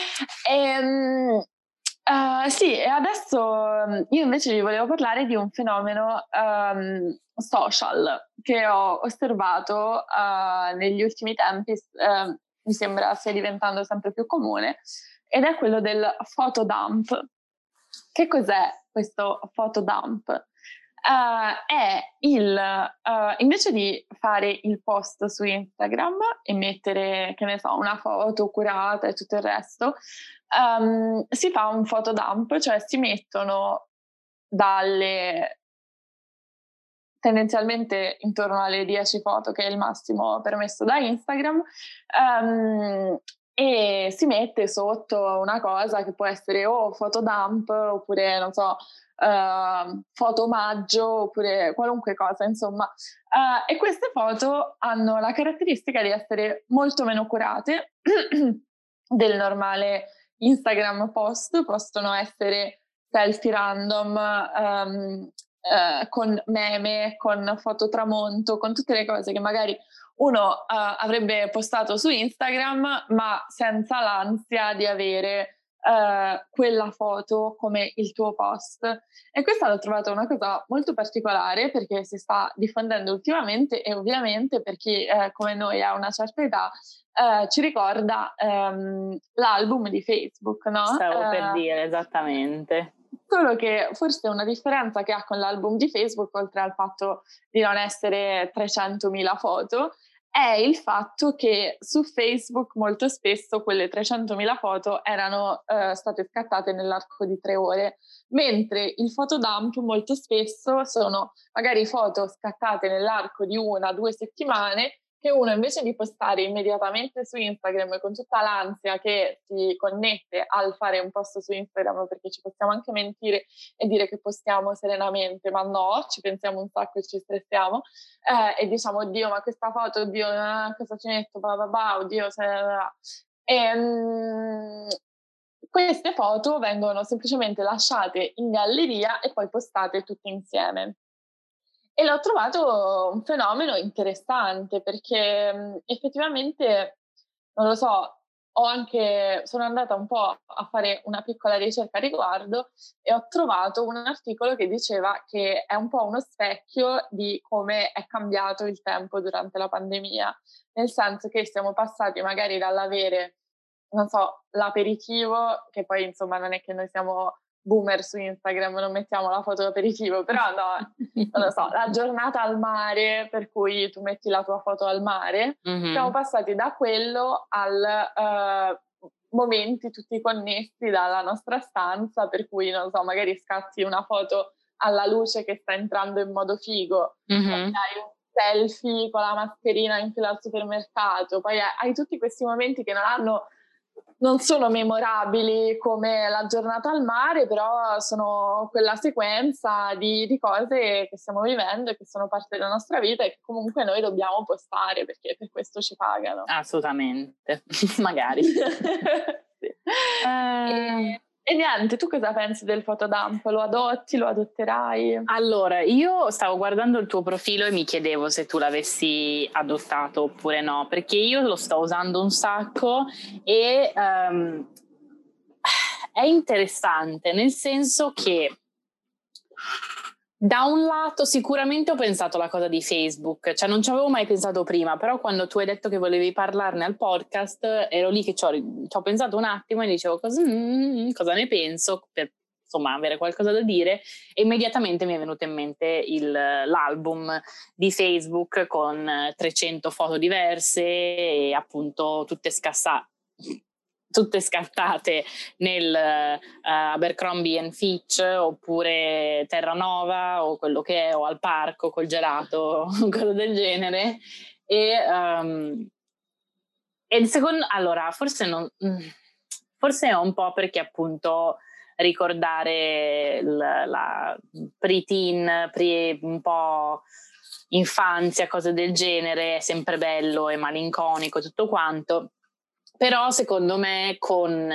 Speaker 3: Sì, e adesso io invece vi volevo parlare di un fenomeno social che ho osservato negli ultimi tempi, mi sembra stia diventando sempre più comune, ed è quello del photodump. Che cos'è questo photodump? È invece di fare il post su Instagram e mettere, che ne so, una foto curata e tutto il resto, si fa un photodump, cioè si mettono tendenzialmente intorno alle 10 foto, che è il massimo permesso da Instagram, e si mette sotto una cosa che può essere o photodump oppure, non so, foto omaggio oppure qualunque cosa, insomma. E queste foto hanno la caratteristica di essere molto meno curate del normale Instagram post, possono essere selfie random, con meme, con foto tramonto, con tutte le cose che magari uno avrebbe postato su Instagram, ma senza l'ansia di avere quella foto come il tuo post. E questa l'ho trovata una cosa molto particolare perché si sta diffondendo ultimamente, e ovviamente per chi come noi ha una certa età ci ricorda l'album di Facebook, no?
Speaker 2: Stavo per dire, esattamente.
Speaker 3: Solo che forse una differenza che ha con l'album di Facebook, oltre al fatto di non essere 300.000 foto, è il fatto che su Facebook molto spesso quelle 300.000 foto erano state scattate nell'arco di 3 ore, mentre il photodump molto spesso sono magari foto scattate nell'arco di 1 o 2 settimane, che uno invece di postare immediatamente su Instagram con tutta l'ansia che si connette al fare un post su Instagram, perché ci possiamo anche mentire e dire che postiamo serenamente, ma no, ci pensiamo un sacco e ci stressiamo, e diciamo oddio ma questa foto, oddio cosa ci metto, oddio queste foto vengono semplicemente lasciate in galleria e poi postate tutte insieme. E l'ho trovato un fenomeno interessante perché effettivamente, non lo so, sono andata un po' a fare una piccola ricerca a riguardo e ho trovato un articolo che diceva che è un po' uno specchio di come è cambiato il tempo durante la pandemia, nel senso che siamo passati magari dall'avere, non so, l'aperitivo, che poi insomma non è che noi siamo boomer su Instagram, non mettiamo la foto d'aperitivo, però no, non lo so, la giornata al mare, per cui tu metti la tua foto al mare, siamo passati da quello al momenti tutti connessi dalla nostra stanza, per cui, non so, magari scatti una foto alla luce che sta entrando in modo figo, poi hai un selfie con la mascherina in fila al supermercato, poi hai tutti questi momenti che non sono memorabili come la giornata al mare, però sono quella sequenza di cose che stiamo vivendo e che sono parte della nostra vita e che comunque noi dobbiamo postare perché per questo ci pagano.
Speaker 2: Assolutamente, magari.
Speaker 3: Sì. E niente, tu cosa pensi del photodump? Lo adotti? Lo adotterai?
Speaker 2: Allora, io stavo guardando il tuo profilo e mi chiedevo se tu l'avessi adottato oppure no, perché io lo sto usando un sacco e è interessante, nel senso che da un lato sicuramente ho pensato alla cosa di Facebook, cioè non ci avevo mai pensato prima, però quando tu hai detto che volevi parlarne al podcast ero lì che ci ho pensato un attimo e dicevo cosa ne penso per insomma avere qualcosa da dire, e immediatamente mi è venuto in mente l'album di Facebook con 300 foto diverse e appunto tutte tutte scattate nel Abercrombie Fitch oppure Terranova o quello che è, o al parco col gelato, cosa del genere. E secondo, allora, forse è un po' perché appunto ricordare la pre-teen, un po' infanzia, cose del genere, è sempre bello e malinconico tutto quanto, però secondo me con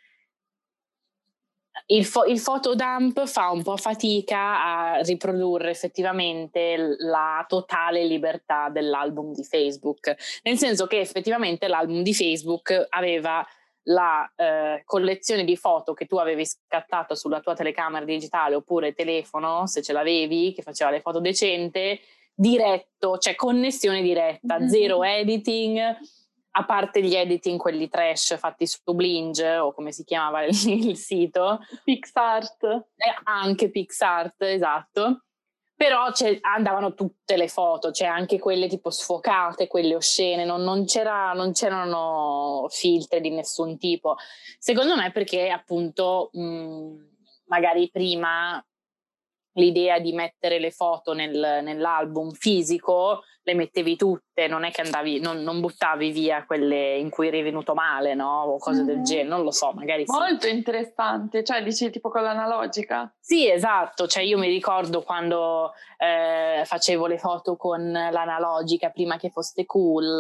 Speaker 2: il photodump fa un po' fatica a riprodurre effettivamente la totale libertà dell'album di Facebook, nel senso che effettivamente l'album di Facebook aveva la collezione di foto che tu avevi scattato sulla tua telecamera digitale oppure telefono, se ce l'avevi, che faceva le foto decente, diretto, cioè connessione diretta, zero editing, a parte gli editing, quelli trash fatti su Blinge o come si chiamava il sito.
Speaker 3: PixArt.
Speaker 2: Anche PixArt, esatto. Però andavano tutte le foto, cioè anche quelle tipo sfocate, quelle oscene, non c'erano filtri di nessun tipo. Secondo me perché appunto magari prima l'idea di mettere le foto nell'album fisico le mettevi tutte, non è che andavi, non buttavi via quelle in cui eri venuto male, no? O cose del genere, non lo so, magari sì.
Speaker 3: Molto interessante, cioè dici tipo con l'analogica?
Speaker 2: Sì, esatto, cioè io mi ricordo quando facevo le foto con l'analogica prima che fosse cool,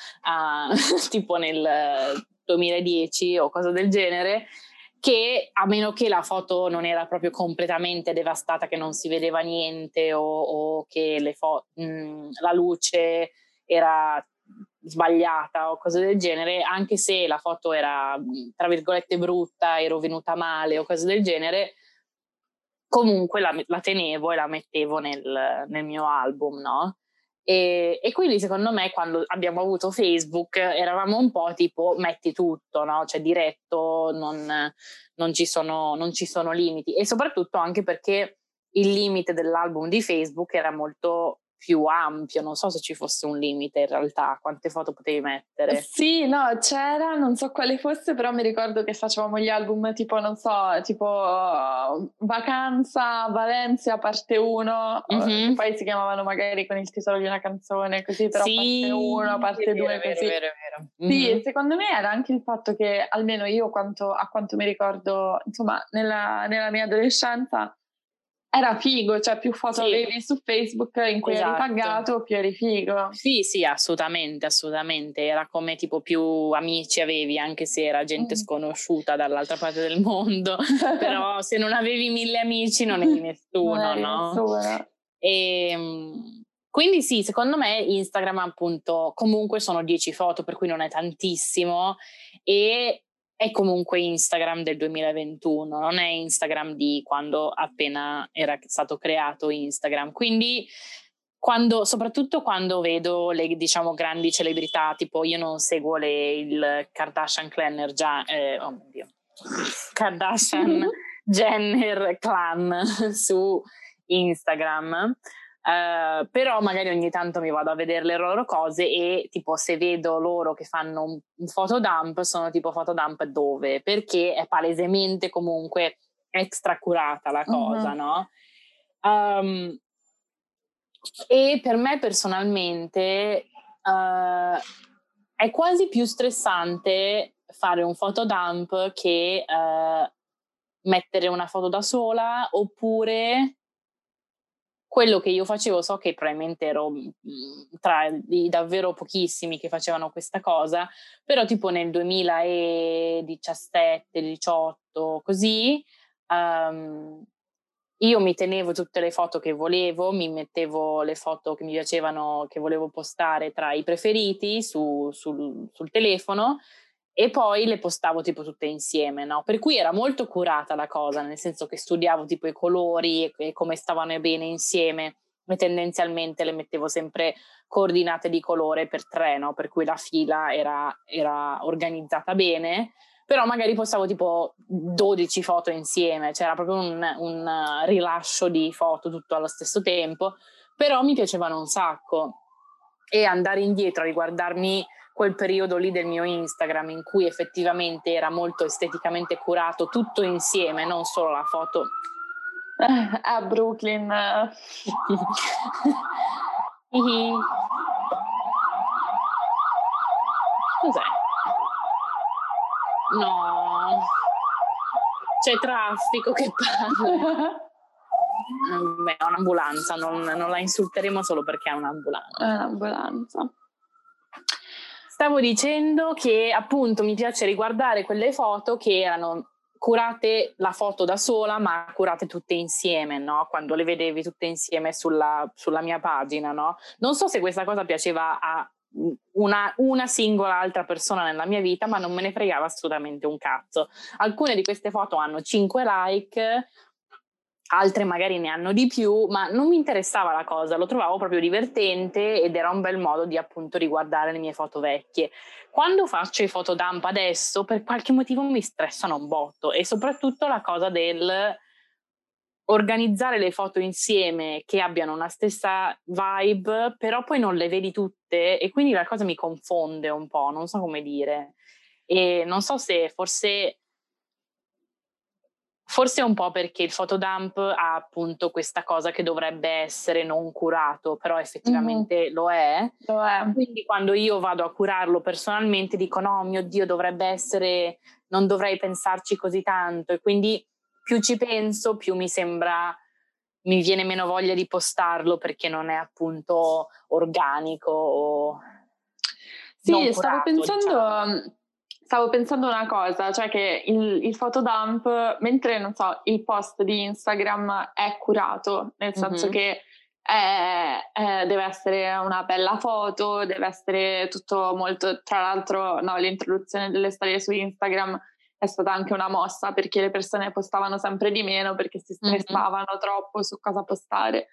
Speaker 2: tipo nel 2010 o cosa del genere, che a meno che la foto non era proprio completamente devastata, che non si vedeva niente o che la luce era sbagliata o cose del genere, anche se la foto era tra virgolette brutta, ero venuta male o cose del genere, comunque la tenevo e la mettevo nel mio album, no? E quindi secondo me quando abbiamo avuto Facebook eravamo un po' tipo metti tutto, no? Cioè diretto, non ci sono limiti, e soprattutto anche perché il limite dell'album di Facebook era molto più ampio, non so se ci fosse un limite in realtà, quante foto potevi mettere.
Speaker 3: Sì, no, c'era, non so quale fosse, però mi ricordo che facevamo gli album tipo, non so, tipo Vacanza, Valencia, parte 1, che poi si chiamavano magari con il titolo di una canzone, così, però
Speaker 2: sì,
Speaker 3: parte 1, parte 2, così.
Speaker 2: Vero.
Speaker 3: Sì, secondo me era anche il fatto che, almeno io a quanto mi ricordo, insomma, nella mia adolescenza, era figo, cioè più foto avevi su Facebook in cui eri taggato, più eri figo.
Speaker 2: Sì, assolutamente, era come tipo più amici avevi, anche se era gente sconosciuta dall'altra parte del mondo, però se non avevi 1000 amici non eri nessuno, no? Quindi sì, secondo me Instagram appunto comunque sono 10 foto, per cui non è tantissimo, e è comunque Instagram del 2021, non è Instagram di quando appena era stato creato Instagram. Quindi soprattutto quando vedo le, diciamo, grandi celebrità, tipo io non seguo il Kardashian clan Kardashian Jenner clan su Instagram, però magari ogni tanto mi vado a vedere le loro cose e tipo se vedo loro che fanno un photodump, sono tipo photodump dove? Perché è palesemente comunque extra curata la cosa, no? E per me personalmente è quasi più stressante fare un photodump che mettere una foto da sola, oppure quello che io facevo, so che probabilmente ero tra i davvero pochissimi che facevano questa cosa, però tipo nel 2017-18 così, io mi tenevo tutte le foto che volevo, mi mettevo le foto che mi piacevano, che volevo postare tra i preferiti sul telefono, e poi le postavo tipo tutte insieme, no? Per cui era molto curata la cosa, nel senso che studiavo tipo i colori e come stavano bene insieme, e tendenzialmente le mettevo sempre coordinate di colore per 3, no? Per cui la fila era organizzata bene, però magari postavo tipo 12 foto insieme, c'era proprio un rilascio di foto tutto allo stesso tempo, però mi piacevano un sacco. e andare indietro a riguardarmi quel periodo lì del mio Instagram in cui effettivamente era molto esteticamente curato tutto insieme, non solo la foto
Speaker 3: a Brooklyn.
Speaker 2: Cos'è? No, c'è traffico che parla. Beh, è un'ambulanza, non la insulteremo solo perché è un'ambulanza.
Speaker 3: È un'ambulanza.
Speaker 2: Stavo dicendo che appunto mi piace riguardare quelle foto che erano curate, la foto da sola, ma curate tutte insieme, no? Quando le vedevi tutte insieme sulla mia pagina, no? Non so se questa cosa piaceva a una singola altra persona nella mia vita, ma non me ne fregava assolutamente un cazzo. Alcune di queste foto hanno 5 like, altre magari ne hanno di più, ma non mi interessava la cosa, lo trovavo proprio divertente ed era un bel modo di appunto riguardare le mie foto vecchie. Quando faccio i photodump adesso, per qualche motivo mi stressano un botto, e soprattutto la cosa del organizzare le foto insieme che abbiano una stessa vibe, però poi non le vedi tutte e quindi la cosa mi confonde un po', non so come dire. E non so se forse un po' perché il photodump ha appunto questa cosa che dovrebbe essere non curato, però effettivamente lo è.
Speaker 3: Lo è.
Speaker 2: Quindi quando io vado a curarlo personalmente dico no, mio Dio, dovrebbe essere, non dovrei pensarci così tanto, e quindi più ci penso, più mi viene meno voglia di postarlo perché non è appunto organico o non curato, diciamo.
Speaker 3: Stavo pensando una cosa, cioè che il photodump, mentre non so, il post di Instagram è curato, nel senso che deve essere una bella foto, deve essere tutto molto, tra l'altro no, l'introduzione delle storie su Instagram è stata anche una mossa perché le persone postavano sempre di meno perché si stressavano troppo su cosa postare.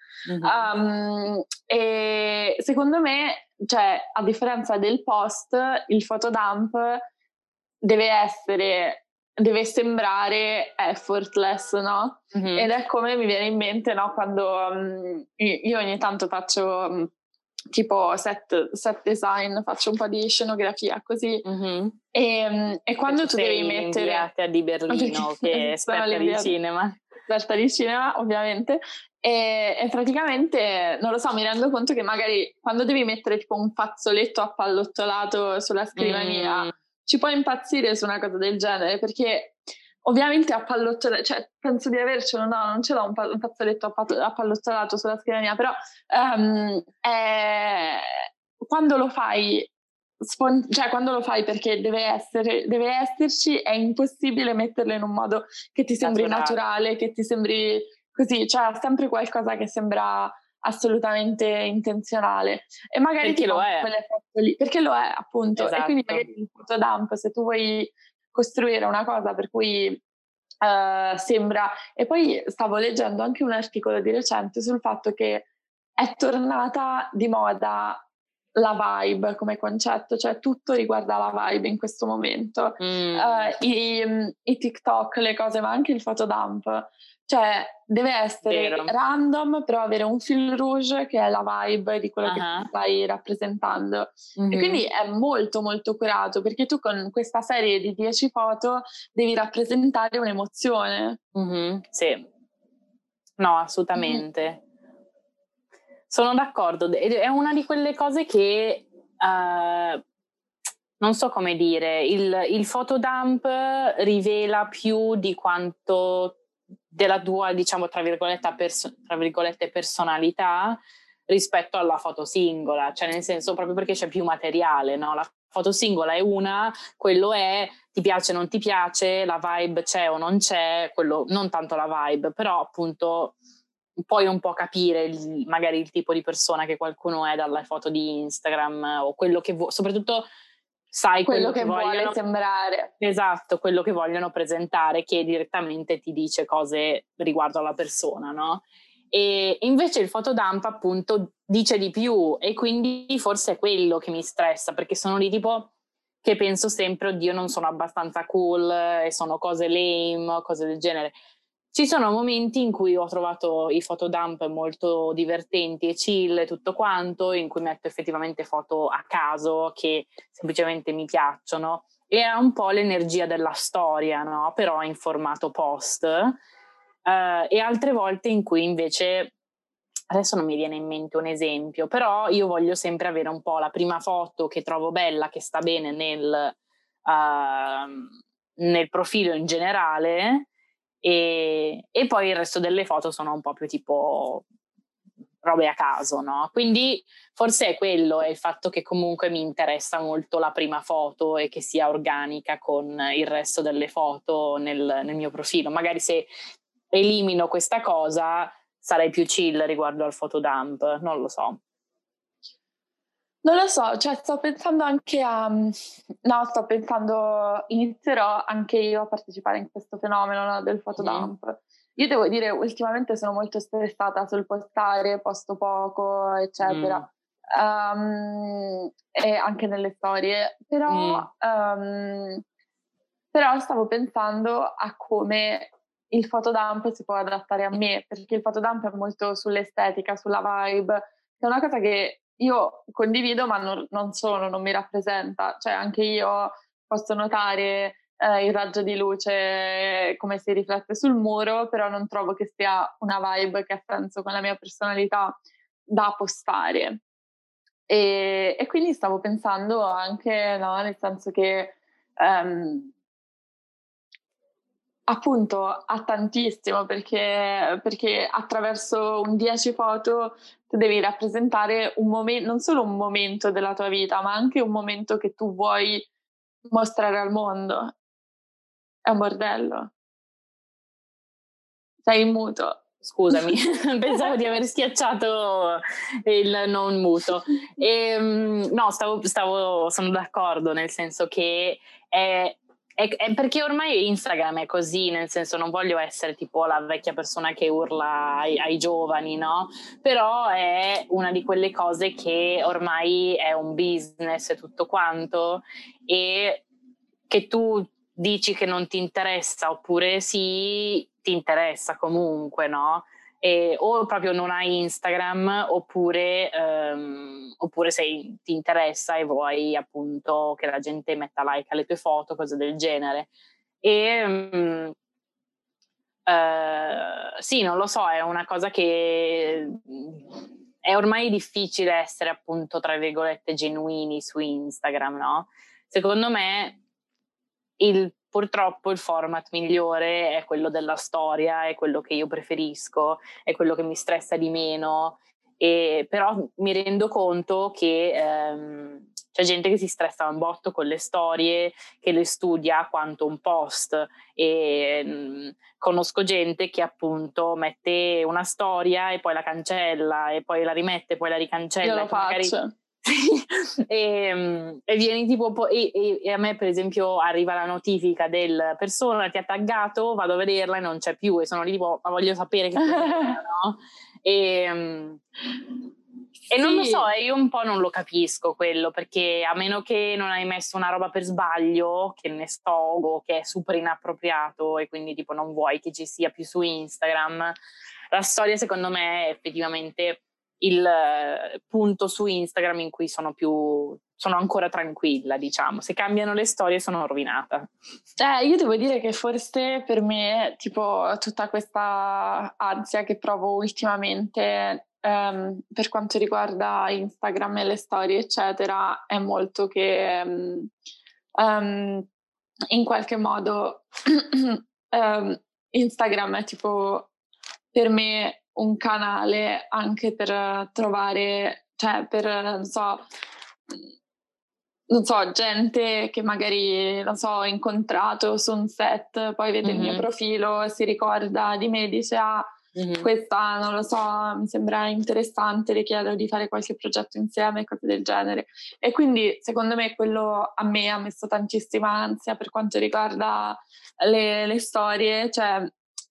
Speaker 3: E secondo me, cioè, a differenza del post, il photodump deve sembrare effortless, no? Ed è come mi viene in mente, no? Quando io ogni tanto faccio tipo set design, faccio un po' di scenografia così, e quando tu devi mettere
Speaker 2: l'inviata di Berlino che è esperta di cinema,
Speaker 3: ovviamente, e praticamente non lo so, mi rendo conto che magari quando devi mettere tipo un fazzoletto appallottolato sulla scrivania ci può impazzire su una cosa del genere, perché ovviamente appallottolato, cioè penso di avercelo, no, non ce l'ho un fazzoletto appallottolato sulla scrivania, però quando lo fai cioè quando lo fai perché deve esserci, è impossibile metterlo in un modo che ti sembri naturale, che ti sembri così, cioè sempre qualcosa che sembra assolutamente intenzionale, e magari
Speaker 2: perché lo è,
Speaker 3: quelle foto lì, perché lo è appunto,
Speaker 2: esatto.
Speaker 3: E quindi magari il photodump, se tu vuoi costruire una cosa per cui sembra, e poi stavo leggendo anche un articolo di recente sul fatto che è tornata di moda la vibe come concetto, cioè tutto riguarda la vibe in questo momento, i TikTok, le cose, ma anche il photodump, cioè deve essere random però avere un fil rouge che è la vibe di quello che stai rappresentando, e quindi è molto molto curato perché tu con questa serie di 10 foto devi rappresentare un'emozione.
Speaker 2: Sì, no, assolutamente. Sono d'accordo, è una di quelle cose che non so come dire, il photodump rivela più di quanto della tua, diciamo, tra virgolette personalità rispetto alla foto singola, cioè nel senso proprio perché c'è più materiale, no? La foto singola è una, quello è, ti piace o non ti piace, la vibe c'è o non c'è, quello, non tanto la vibe, però appunto puoi un po' capire magari il tipo di persona che qualcuno è dalle foto di Instagram o quello che soprattutto sai quello che
Speaker 3: vuole sembrare.
Speaker 2: Esatto, quello che vogliono presentare, che direttamente ti dice cose riguardo alla persona, no? E invece il photodump appunto dice di più, e quindi forse è quello che mi stressa, perché sono lì tipo che penso sempre, oddio, non sono abbastanza cool e sono cose lame, cose del genere. Ci sono momenti in cui ho trovato i photodump molto divertenti e chill e tutto quanto, in cui metto effettivamente foto a caso che semplicemente mi piacciono, e ha un po' l'energia della storia, no? Però in formato post. E altre volte in cui invece, adesso non mi viene in mente un esempio, però io voglio sempre avere un po' la prima foto che trovo bella, che sta bene nel profilo in generale, e poi il resto delle foto sono un po' più tipo robe a caso, no? Quindi forse è quello, è il fatto che comunque mi interessa molto la prima foto e che sia organica con il resto delle foto nel mio profilo. Magari se elimino questa cosa sarei più chill riguardo al photodump, non lo so.
Speaker 3: Non lo so, cioè sto pensando anche inizierò anche io a partecipare in questo fenomeno, no, del photodump. Io devo dire, ultimamente sono molto stressata sul postare, posto poco, eccetera, e anche nelle storie, però stavo pensando a come il photodump si può adattare a me, perché il photodump è molto sull'estetica, sulla vibe, che è una cosa che io condivido ma non mi rappresenta, cioè anche io posso notare il raggio di luce come si riflette sul muro, però non trovo che sia una vibe che ha senso con la mia personalità da postare. E quindi stavo pensando anche, no, nel senso che appunto ha tantissimo, perché attraverso un 10 foto tu devi rappresentare non solo un momento della tua vita, ma anche un momento che tu vuoi mostrare al mondo. È un bordello. Sei in muto.
Speaker 2: Scusami, pensavo di aver schiacciato il non muto. No, sono d'accordo, nel senso che è perché ormai Instagram è così, nel senso, non voglio essere tipo la vecchia persona che urla ai giovani, no? Però è una di quelle cose che ormai è un business e tutto quanto, e che tu dici che non ti interessa oppure sì, ti interessa comunque, no? O proprio non hai Instagram oppure ti interessa e vuoi appunto che la gente metta like alle tue foto, cose del genere. Sì, non lo so, è una cosa che è ormai difficile essere appunto, tra virgolette, genuini su Instagram, no? Secondo me purtroppo il format migliore è quello della storia, è quello che io preferisco, è quello che mi stressa di meno, però mi rendo conto che c'è gente che si stressa un botto con le storie, che le studia quanto un post, e conosco gente che appunto mette una storia e poi la cancella e poi la rimette, poi la ricancella.
Speaker 3: Io lo faccio.
Speaker 2: E vieni tipo e a me per esempio arriva la notifica del persona ti ha taggato, vado a vederla e non c'è più e sono lì tipo ma voglio sapere che cos'è, no? E non lo so, io un po' non lo capisco quello, perché a meno che non hai messo una roba per sbaglio, che ne so, o che è super inappropriato e quindi tipo non vuoi che ci sia più su Instagram, la storia secondo me è effettivamente il punto su Instagram in cui sono ancora tranquilla, diciamo. Se cambiano le storie sono rovinata.
Speaker 3: Io devo dire che forse per me, tipo, tutta questa ansia che provo ultimamente per quanto riguarda Instagram e le storie, eccetera, è molto che in qualche modo Instagram è tipo per me un canale anche per trovare, cioè per, non so, gente che magari, non so, ho incontrato su un set, poi vede il mio profilo, si ricorda di me, dice questa, non lo so, mi sembra interessante, le chiedo di fare qualche progetto insieme, cose del genere. E quindi secondo me quello a me ha messo tantissima ansia per quanto riguarda le storie, cioè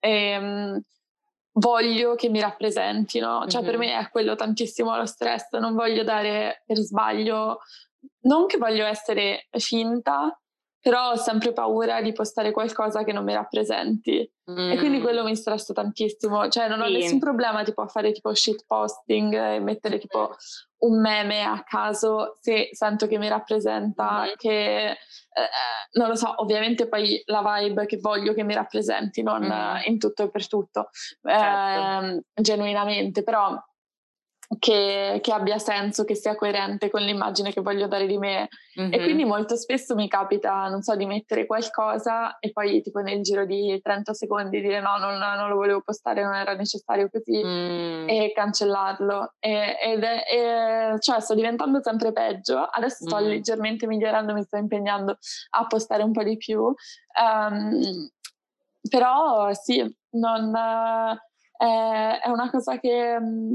Speaker 3: voglio che mi rappresentino, cioè per me è quello tantissimo lo stress, non voglio dare per sbaglio, non che voglio essere finta, però ho sempre paura di postare qualcosa che non mi rappresenti e quindi quello mi stressa tantissimo, cioè non ho nessun problema tipo a fare tipo shitposting e mettere tipo un meme a caso se sento che mi rappresenta, che non lo so, ovviamente poi la vibe che voglio che mi rappresenti, non in tutto e per tutto,
Speaker 2: Certo.
Speaker 3: genuinamente, però che abbia senso, che sia coerente con l'immagine che voglio dare di me. E quindi molto spesso mi capita, non so, di mettere qualcosa e poi tipo nel giro di 30 secondi dire no, non lo volevo postare, non era necessario così, e cancellarlo. Cioè sto diventando sempre peggio, adesso sto leggermente migliorando, mi sto impegnando a postare un po' di più, però sì, è una cosa che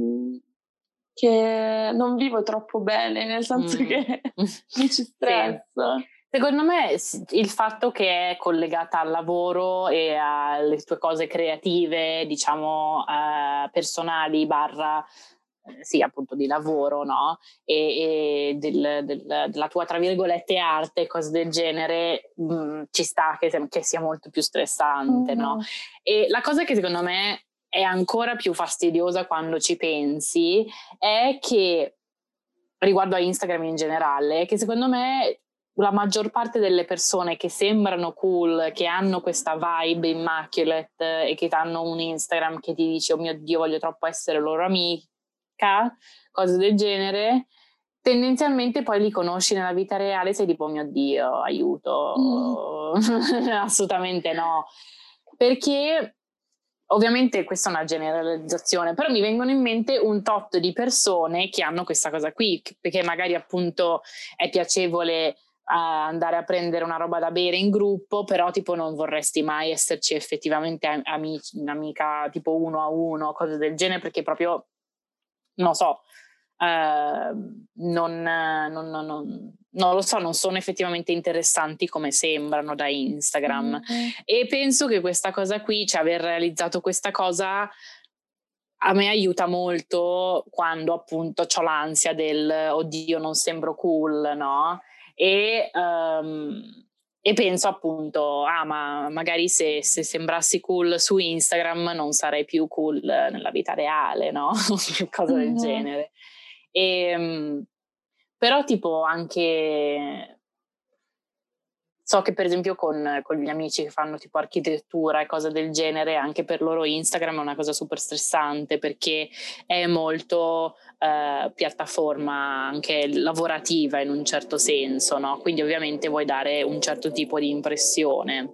Speaker 3: non vivo troppo bene, nel senso che mi ci stressa.
Speaker 2: Sì. Secondo me il fatto che è collegata al lavoro e alle tue cose creative, diciamo personali sì, appunto di lavoro, no? E della tua, tra virgolette, arte, cose del genere, ci sta che sia molto più stressante, no? E la cosa che secondo me è ancora più fastidiosa quando ci pensi è che, riguardo a Instagram in generale, che secondo me la maggior parte delle persone che sembrano cool, che hanno questa vibe immaculate e che hanno un Instagram che ti dice oh mio Dio voglio troppo essere loro amica, cose del genere, tendenzialmente poi li conosci nella vita reale e sei tipo oh mio Dio aiuto, assolutamente no, perché ovviamente questa è una generalizzazione, però mi vengono in mente un tot di persone che hanno questa cosa qui, perché magari appunto è piacevole andare a prendere una roba da bere in gruppo, però tipo non vorresti mai esserci effettivamente amica tipo 1-1, cose del genere, perché proprio non so, non lo so, non sono effettivamente interessanti come sembrano da Instagram. E penso che questa cosa qui, cioè aver realizzato questa cosa, a me aiuta molto quando appunto c'ho l'ansia del oddio non sembro cool, no? E penso appunto ma magari se sembrassi cool su Instagram non sarei più cool nella vita reale, no? Cose del genere. Però tipo anche so che per esempio con gli amici che fanno tipo architettura e cose del genere, anche per loro Instagram è una cosa super stressante perché è molto piattaforma anche lavorativa in un certo senso, no? Quindi ovviamente vuoi dare un certo tipo di impressione.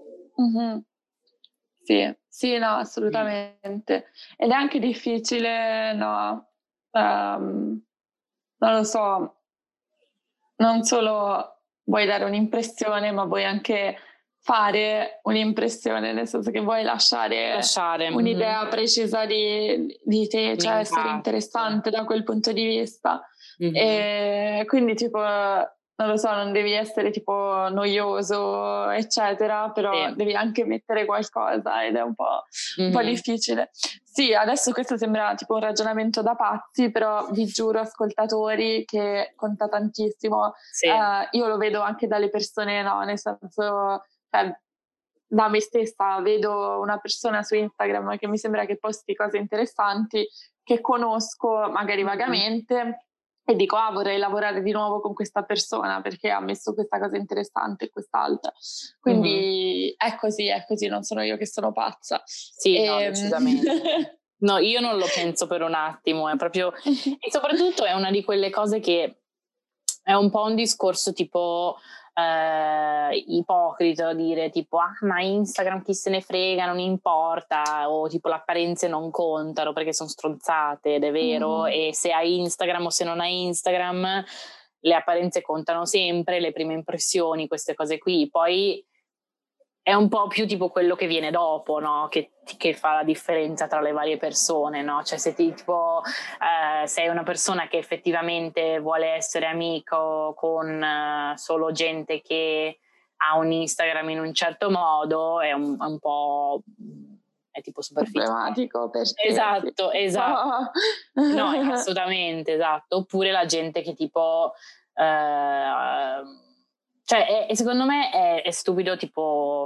Speaker 3: Sì, no, assolutamente. Ed è anche difficile, no, non lo so, non solo vuoi dare un'impressione, ma vuoi anche fare un'impressione, nel senso che vuoi lasciare un'idea precisa di te, cioè essere interessante da quel punto di vista. E quindi tipo, non lo so, non devi essere tipo noioso, eccetera, però devi anche mettere qualcosa ed è un po' difficile. Sì, adesso questo sembra tipo un ragionamento da pazzi, però vi giuro, ascoltatori, che conta tantissimo.
Speaker 2: Sì.
Speaker 3: Io lo vedo anche dalle persone, no, nel senso, da me stessa vedo una persona su Instagram che mi sembra che posti cose interessanti, che conosco magari vagamente, e dico vorrei lavorare di nuovo con questa persona perché ha messo questa cosa interessante e quest'altra. Quindi è così, non sono io che sono pazza.
Speaker 2: Sì, no, decisamente. No, io non lo penso per un attimo, è proprio e soprattutto è una di quelle cose che è un po' un discorso tipo ipocrita, dire tipo ma Instagram chi se ne frega, non importa, o tipo le apparenze non contano perché sono stronzate, ed è vero, e se hai Instagram o se non hai Instagram le apparenze contano sempre, le prime impressioni, queste cose qui, poi è un po' più tipo quello che viene dopo, no? Che fa la differenza tra le varie persone, no? Cioè se tipo sei una persona che effettivamente vuole essere amico con solo gente che ha un Instagram in un certo modo, è un po' è tipo superficiale.
Speaker 3: Problematico per te.
Speaker 2: Esatto. No, assolutamente, esatto. Oppure la gente che tipo cioè secondo me è stupido tipo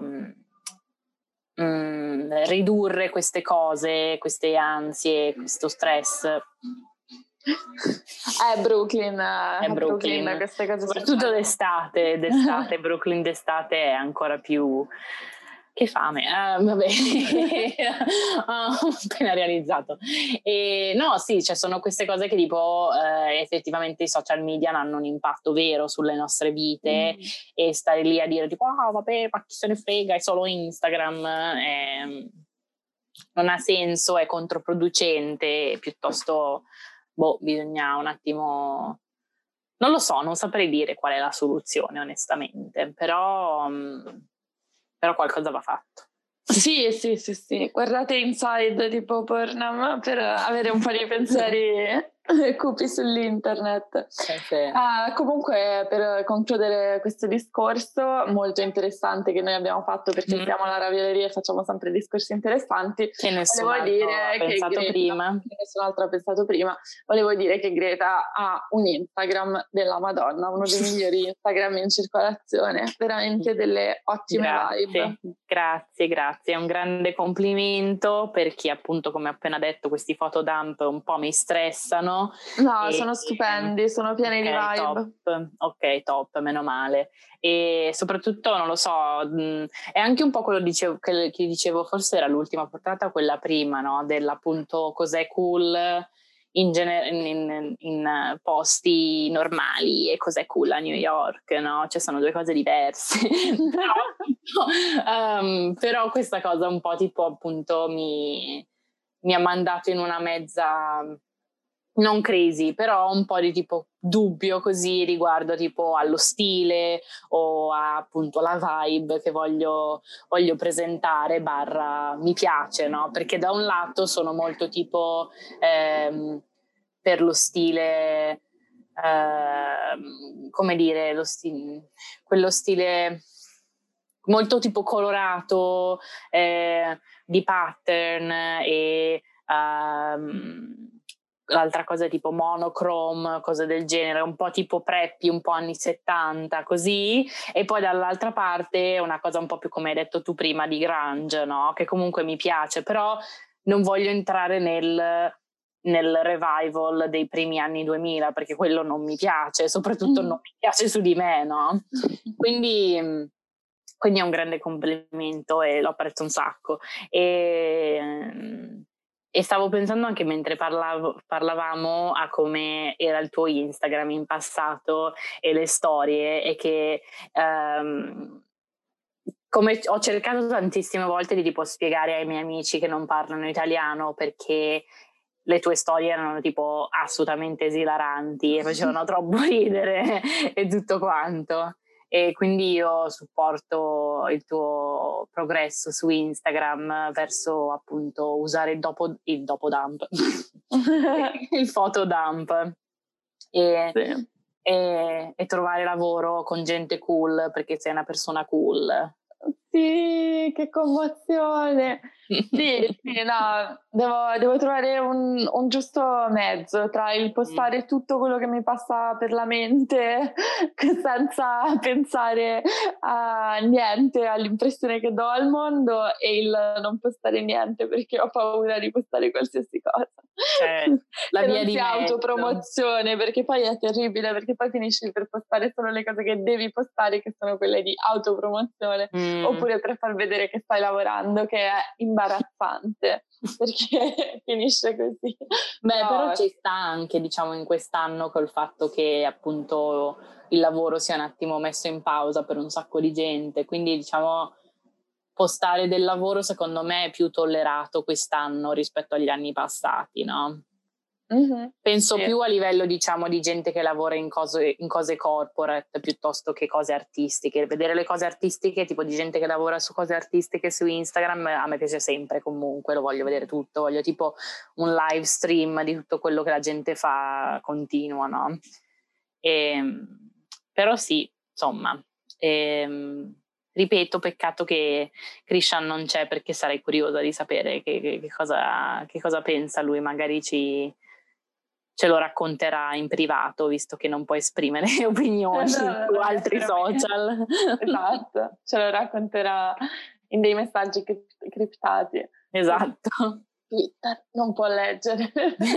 Speaker 2: ridurre queste cose, queste ansie, questo stress.
Speaker 3: È Brooklyn,
Speaker 2: È Brooklyn.
Speaker 3: queste cose
Speaker 2: soprattutto d'estate, Brooklyn d'estate è ancora più... Che fame, vabbè, ho appena realizzato. E, no, sì, cioè sono queste cose che tipo effettivamente i social media hanno un impatto vero sulle nostre vite, e stare lì a dire tipo, vabbè, ma chi se ne frega, è solo Instagram, non ha senso, è controproducente, piuttosto, bisogna un attimo... Non lo so, non saprei dire qual è la soluzione, onestamente, però qualcosa va fatto.
Speaker 3: Sì. Guardate Inside tipo Burnham per avere un po' di pensieri cupi sull'internet.
Speaker 2: Sì.
Speaker 3: Comunque, per concludere questo discorso molto interessante che noi abbiamo fatto, perché siamo alla Ravioleria e facciamo sempre discorsi interessanti,
Speaker 2: che nessun altro ha pensato prima.
Speaker 3: Volevo dire che Greta ha un Instagram della Madonna, uno dei migliori Instagram in circolazione, veramente delle ottime vibe.
Speaker 2: Grazie, è un grande complimento, perché appunto, come ho appena detto, questi photodump un po' mi stressano.
Speaker 3: No, sono stupendi, sono pieni di vibe.
Speaker 2: Top, meno male. E soprattutto, non lo so, è anche un po' quello che dicevo, forse era l'ultima portata, quella prima, no? Dell'appunto cos'è cool in posti normali e cos'è cool a New York, no? Cioè sono due cose diverse. Però questa cosa un po' tipo appunto mi ha mandato in una mezza, non crazy, però un po' di tipo dubbio così riguardo tipo allo stile o a, appunto la vibe che voglio presentare, mi piace, no? Perché da un lato sono molto tipo per lo stile, come dire, quello stile molto tipo colorato, di pattern, e l'altra cosa è tipo monochrome, cose del genere, un po' tipo preppy, un po' anni 70, così. E poi dall'altra parte una cosa un po' più, come hai detto tu prima, di grunge, no? Che comunque mi piace, però non voglio entrare nel revival dei primi anni 2000, perché quello non mi piace, soprattutto non mi piace su di me, no? Quindi è un grande complimento e lo apprezzo un sacco. E stavo pensando anche mentre parlavamo a come era il tuo Instagram in passato e le storie, e che come ho cercato tantissime volte di tipo spiegare ai miei amici che non parlano italiano, perché le tue storie erano tipo assolutamente esilaranti e facevano troppo ridere e tutto quanto. E quindi io supporto il tuo progresso su Instagram verso appunto usare il dopodump il photodump e trovare lavoro con gente cool, perché sei una persona cool.
Speaker 3: Sì, che commozione! Sì, no, devo trovare un giusto mezzo tra il postare tutto quello che mi passa per la mente senza pensare a niente, all'impressione che do al mondo, e il non postare niente perché ho paura di postare qualsiasi cosa.
Speaker 2: La
Speaker 3: che
Speaker 2: via
Speaker 3: non
Speaker 2: di
Speaker 3: sia
Speaker 2: mezzo.
Speaker 3: autopromozione, perché poi è terribile, perché poi finisci per postare solo le cose che devi postare, che sono quelle di autopromozione, oppure per far vedere che stai lavorando, che è imbarazzante perché finisce così.
Speaker 2: Però ci sta anche, diciamo, in quest'anno, col fatto che appunto il lavoro sia un attimo messo in pausa per un sacco di gente, quindi diciamo postare del lavoro secondo me è più tollerato quest'anno rispetto agli anni passati, no? Penso più a livello, diciamo, di gente che lavora in cose corporate piuttosto che cose artistiche. Vedere le cose artistiche, tipo di gente che lavora su cose artistiche su Instagram, a me piace sempre, comunque lo voglio vedere tutto, voglio tipo un live stream di tutto quello che la gente fa continuo, no? Però sì, insomma, ripeto, peccato che Krishan non c'è, perché sarei curiosa di sapere che cosa pensa lui, magari ci ce lo racconterà in privato, visto che non può esprimere opinioni su altri social.
Speaker 3: Esatto, ce lo racconterà in dei messaggi criptati.
Speaker 2: Esatto.
Speaker 3: Twitter non può leggere.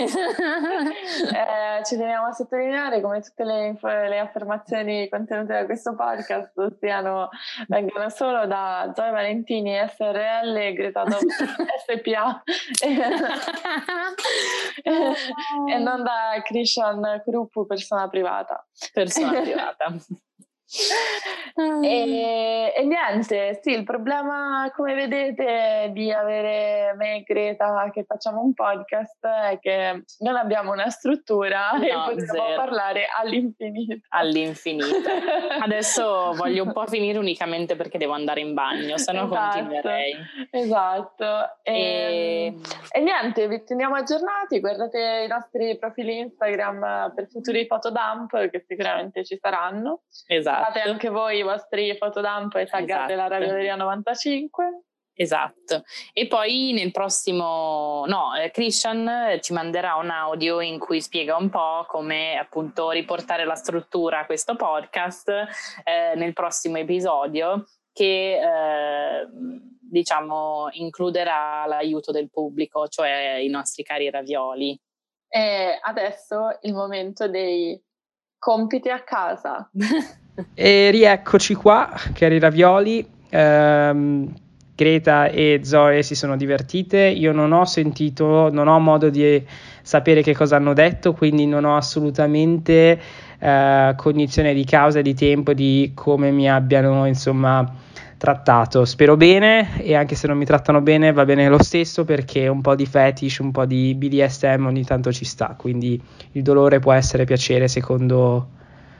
Speaker 3: Ci teniamo a sottolineare come tutte le affermazioni contenute da questo podcast vengano solo da Zoe Valentini SRL e Greta SPA e non da Christian Krupp, persona privata. E niente, sì, il problema, come vedete, di avere me e Greta che facciamo un podcast è che non abbiamo una struttura e possiamo parlare all'infinito.
Speaker 2: Adesso voglio un po' finire unicamente perché devo andare in bagno, se no continuerei.
Speaker 3: Esatto. E niente, vi teniamo aggiornati, guardate i nostri profili Instagram per futuri fotodump che sicuramente ci saranno.
Speaker 2: Esatto.
Speaker 3: Fate anche voi i vostri fotodump e taggate la Ravioleria 95.
Speaker 2: Esatto. E poi nel prossimo, Christian ci manderà un audio in cui spiega un po' come appunto riportare la struttura a questo podcast nel prossimo episodio, che diciamo includerà l'aiuto del pubblico, cioè i nostri cari ravioli.
Speaker 3: E adesso il momento dei compiti a casa.
Speaker 4: E rieccoci qua, cari ravioli. Greta e Zoe si sono divertite, io non ho modo di sapere che cosa hanno detto, quindi non ho assolutamente cognizione di causa e di tempo di come mi abbiano insomma trattato. Spero bene, e anche se non mi trattano bene va bene lo stesso, perché un po' di fetish, un po' di BDSM ogni tanto ci sta, quindi il dolore può essere piacere secondo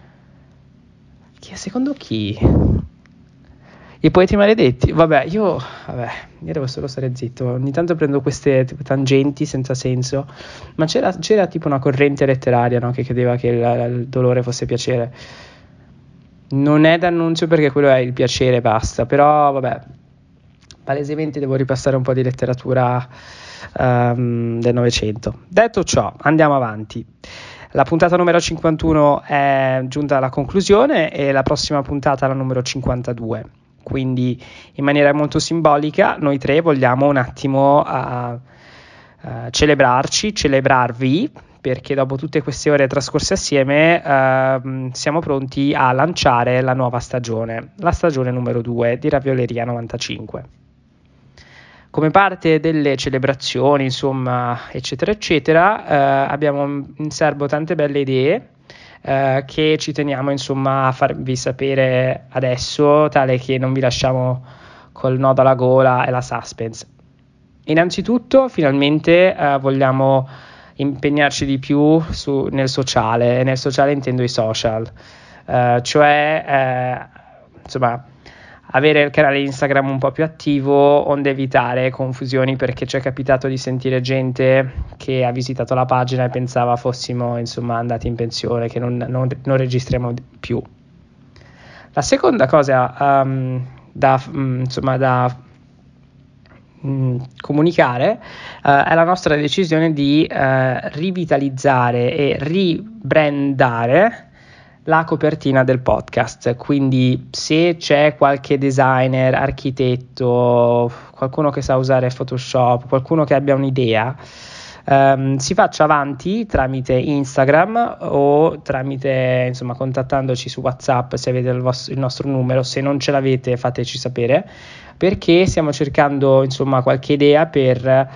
Speaker 4: chi? I poeti maledetti? Vabbè, io devo solo stare zitto. Ogni tanto prendo queste tangenti senza senso, ma c'era tipo una corrente letteraria, no, che credeva che il dolore fosse piacere. Non è d'annunzio, perché quello è il piacere, basta. Però vabbè, palesemente devo ripassare un po' di letteratura del Novecento. Detto ciò, andiamo avanti. La puntata numero 51 è giunta alla conclusione e la prossima puntata è la numero 52. Quindi in maniera molto simbolica noi tre vogliamo un attimo celebrarvi, perché dopo tutte queste ore trascorse assieme siamo pronti a lanciare la nuova stagione, la stagione numero 2 di Ravioleria 95. Come parte delle celebrazioni, insomma, eccetera, eccetera, abbiamo in serbo tante belle idee che ci teniamo, insomma, a farvi sapere adesso, tale che non vi lasciamo col nodo alla gola e la suspense. Innanzitutto, finalmente, vogliamo impegnarci di più nel sociale, e nel sociale intendo i social, insomma, avere il canale Instagram un po' più attivo, onde evitare confusioni, perché ci è capitato di sentire gente che ha visitato la pagina e pensava fossimo, insomma, andati in pensione, che non registriamo più. La seconda cosa da comunicare è la nostra decisione di rivitalizzare e ribrandare la copertina del podcast. Quindi se c'è qualche designer, architetto, qualcuno che sa usare Photoshop, qualcuno che abbia un'idea, si faccia avanti tramite Instagram o tramite, insomma, contattandoci su WhatsApp se avete il nostro numero. Se non ce l'avete, fateci sapere, perché stiamo cercando, insomma, qualche idea per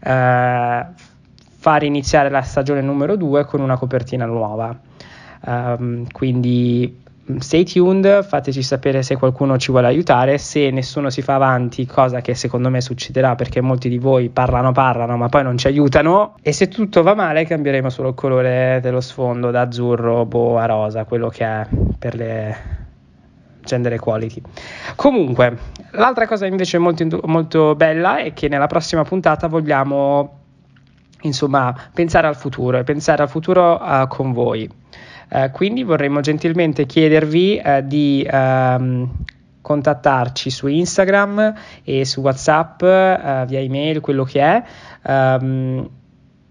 Speaker 4: far iniziare la stagione numero 2 con una copertina nuova. Quindi stay tuned, fateci sapere se qualcuno ci vuole aiutare. Se nessuno si fa avanti, cosa che secondo me succederà, perché molti di voi parlano ma poi non ci aiutano, e se tutto va male cambieremo solo il colore dello sfondo da azzurro a rosa, quello che è per le gender equality. Comunque, l'altra cosa invece molto, molto bella è che nella prossima puntata vogliamo, insomma, pensare al futuro con voi. Quindi vorremmo gentilmente chiedervi di contattarci su Instagram e su WhatsApp, via email, quello che è,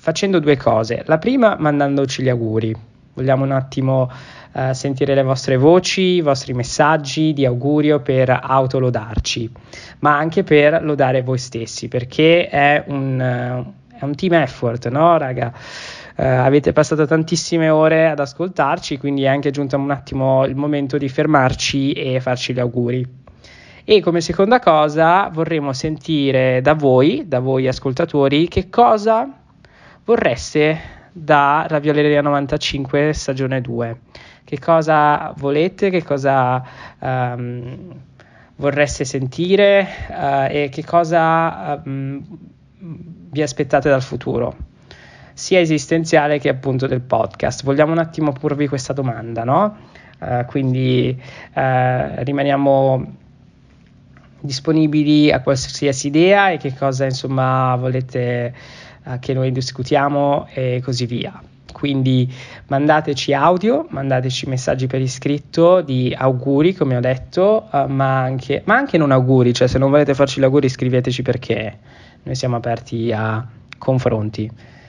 Speaker 4: facendo due cose. La prima, mandandoci gli auguri. Vogliamo un attimo sentire le vostre voci, i vostri messaggi di augurio per autolodarci, ma anche per lodare voi stessi, perché è un team effort, no, raga? Avete passato tantissime ore ad ascoltarci, quindi è anche giunto un attimo il momento di fermarci e farci gli auguri. E come seconda cosa vorremmo sentire da voi ascoltatori, che cosa vorreste da Ravioleria 95 stagione 2. Che cosa volete, che cosa vorreste sentire e che cosa vi aspettate dal futuro, sia esistenziale che appunto del podcast. Vogliamo un attimo porvi questa domanda, no? Quindi rimaniamo disponibili a qualsiasi idea e che cosa insomma volete che noi discutiamo e così via. Quindi mandateci audio, mandateci messaggi per iscritto di auguri, come ho detto, ma anche non auguri, cioè se non volete farci gli auguri scriveteci, perché noi siamo aperti a confronti.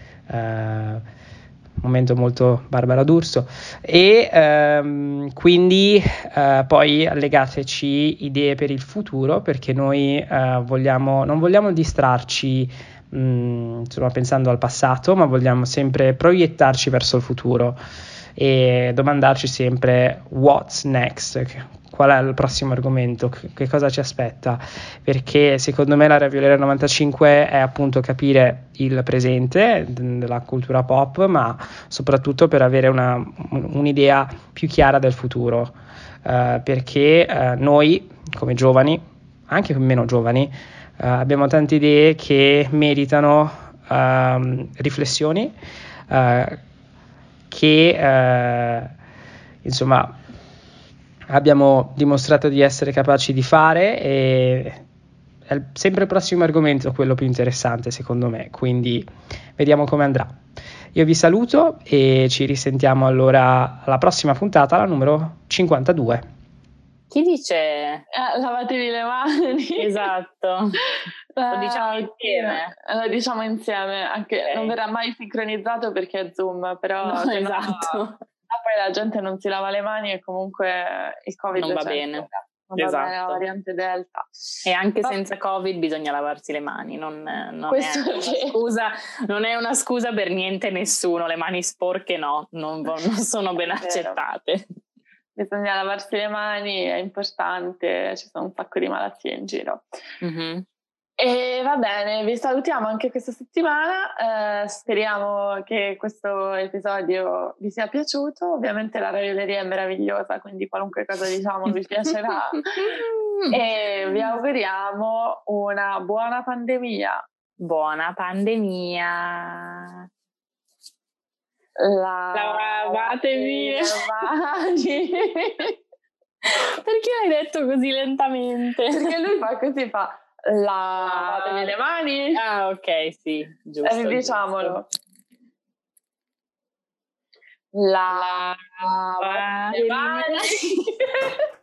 Speaker 4: Momento molto Barbara D'Urso. E quindi poi legateci idee per il futuro, perché noi non vogliamo distrarci insomma pensando al passato, ma vogliamo sempre proiettarci verso il futuro e domandarci sempre what's next, qual è il prossimo argomento, che cosa ci aspetta, perché secondo me la Ravioleria 95 è appunto capire il presente della cultura pop, ma soprattutto per avere un'idea più chiara del futuro, perché noi come giovani, anche meno giovani, abbiamo tante idee che meritano riflessioni, che insomma abbiamo dimostrato di essere capaci di fare, e è sempre il prossimo argomento quello più interessante secondo me, quindi vediamo come andrà. Io vi saluto e ci risentiamo allora alla prossima puntata, la numero 52.
Speaker 2: Chi dice?
Speaker 3: Lavatevi le mani.
Speaker 2: Esatto. Lo diciamo insieme.
Speaker 3: Lo diciamo insieme, anche okay. Non verrà mai sincronizzato perché è Zoom, però
Speaker 2: no, esatto.
Speaker 3: No, poi la gente non si lava le mani e comunque il Covid
Speaker 2: non va bene.
Speaker 3: Non va bene la variante Delta.
Speaker 2: E anche senza Covid bisogna lavarsi le mani, non è una scusa per niente nessuno, le mani sporche no, non sono ben accettate.
Speaker 3: Bisogna lavarsi le mani, è importante, ci sono un sacco di malattie in giro.
Speaker 2: Mm-hmm.
Speaker 3: E va bene, vi salutiamo anche questa settimana, speriamo che questo episodio vi sia piaciuto. Ovviamente la Ravioleria è meravigliosa, quindi qualunque cosa diciamo vi piacerà e vi auguriamo una buona pandemia.
Speaker 2: Buona pandemia.
Speaker 3: Lavatevi le mani.
Speaker 2: Perché l'hai detto così lentamente?
Speaker 3: Perché lui fa così, lavatevi le mani.
Speaker 2: Ah, ok, sì, giusto.
Speaker 3: Diciamolo.
Speaker 2: Lavate le mani.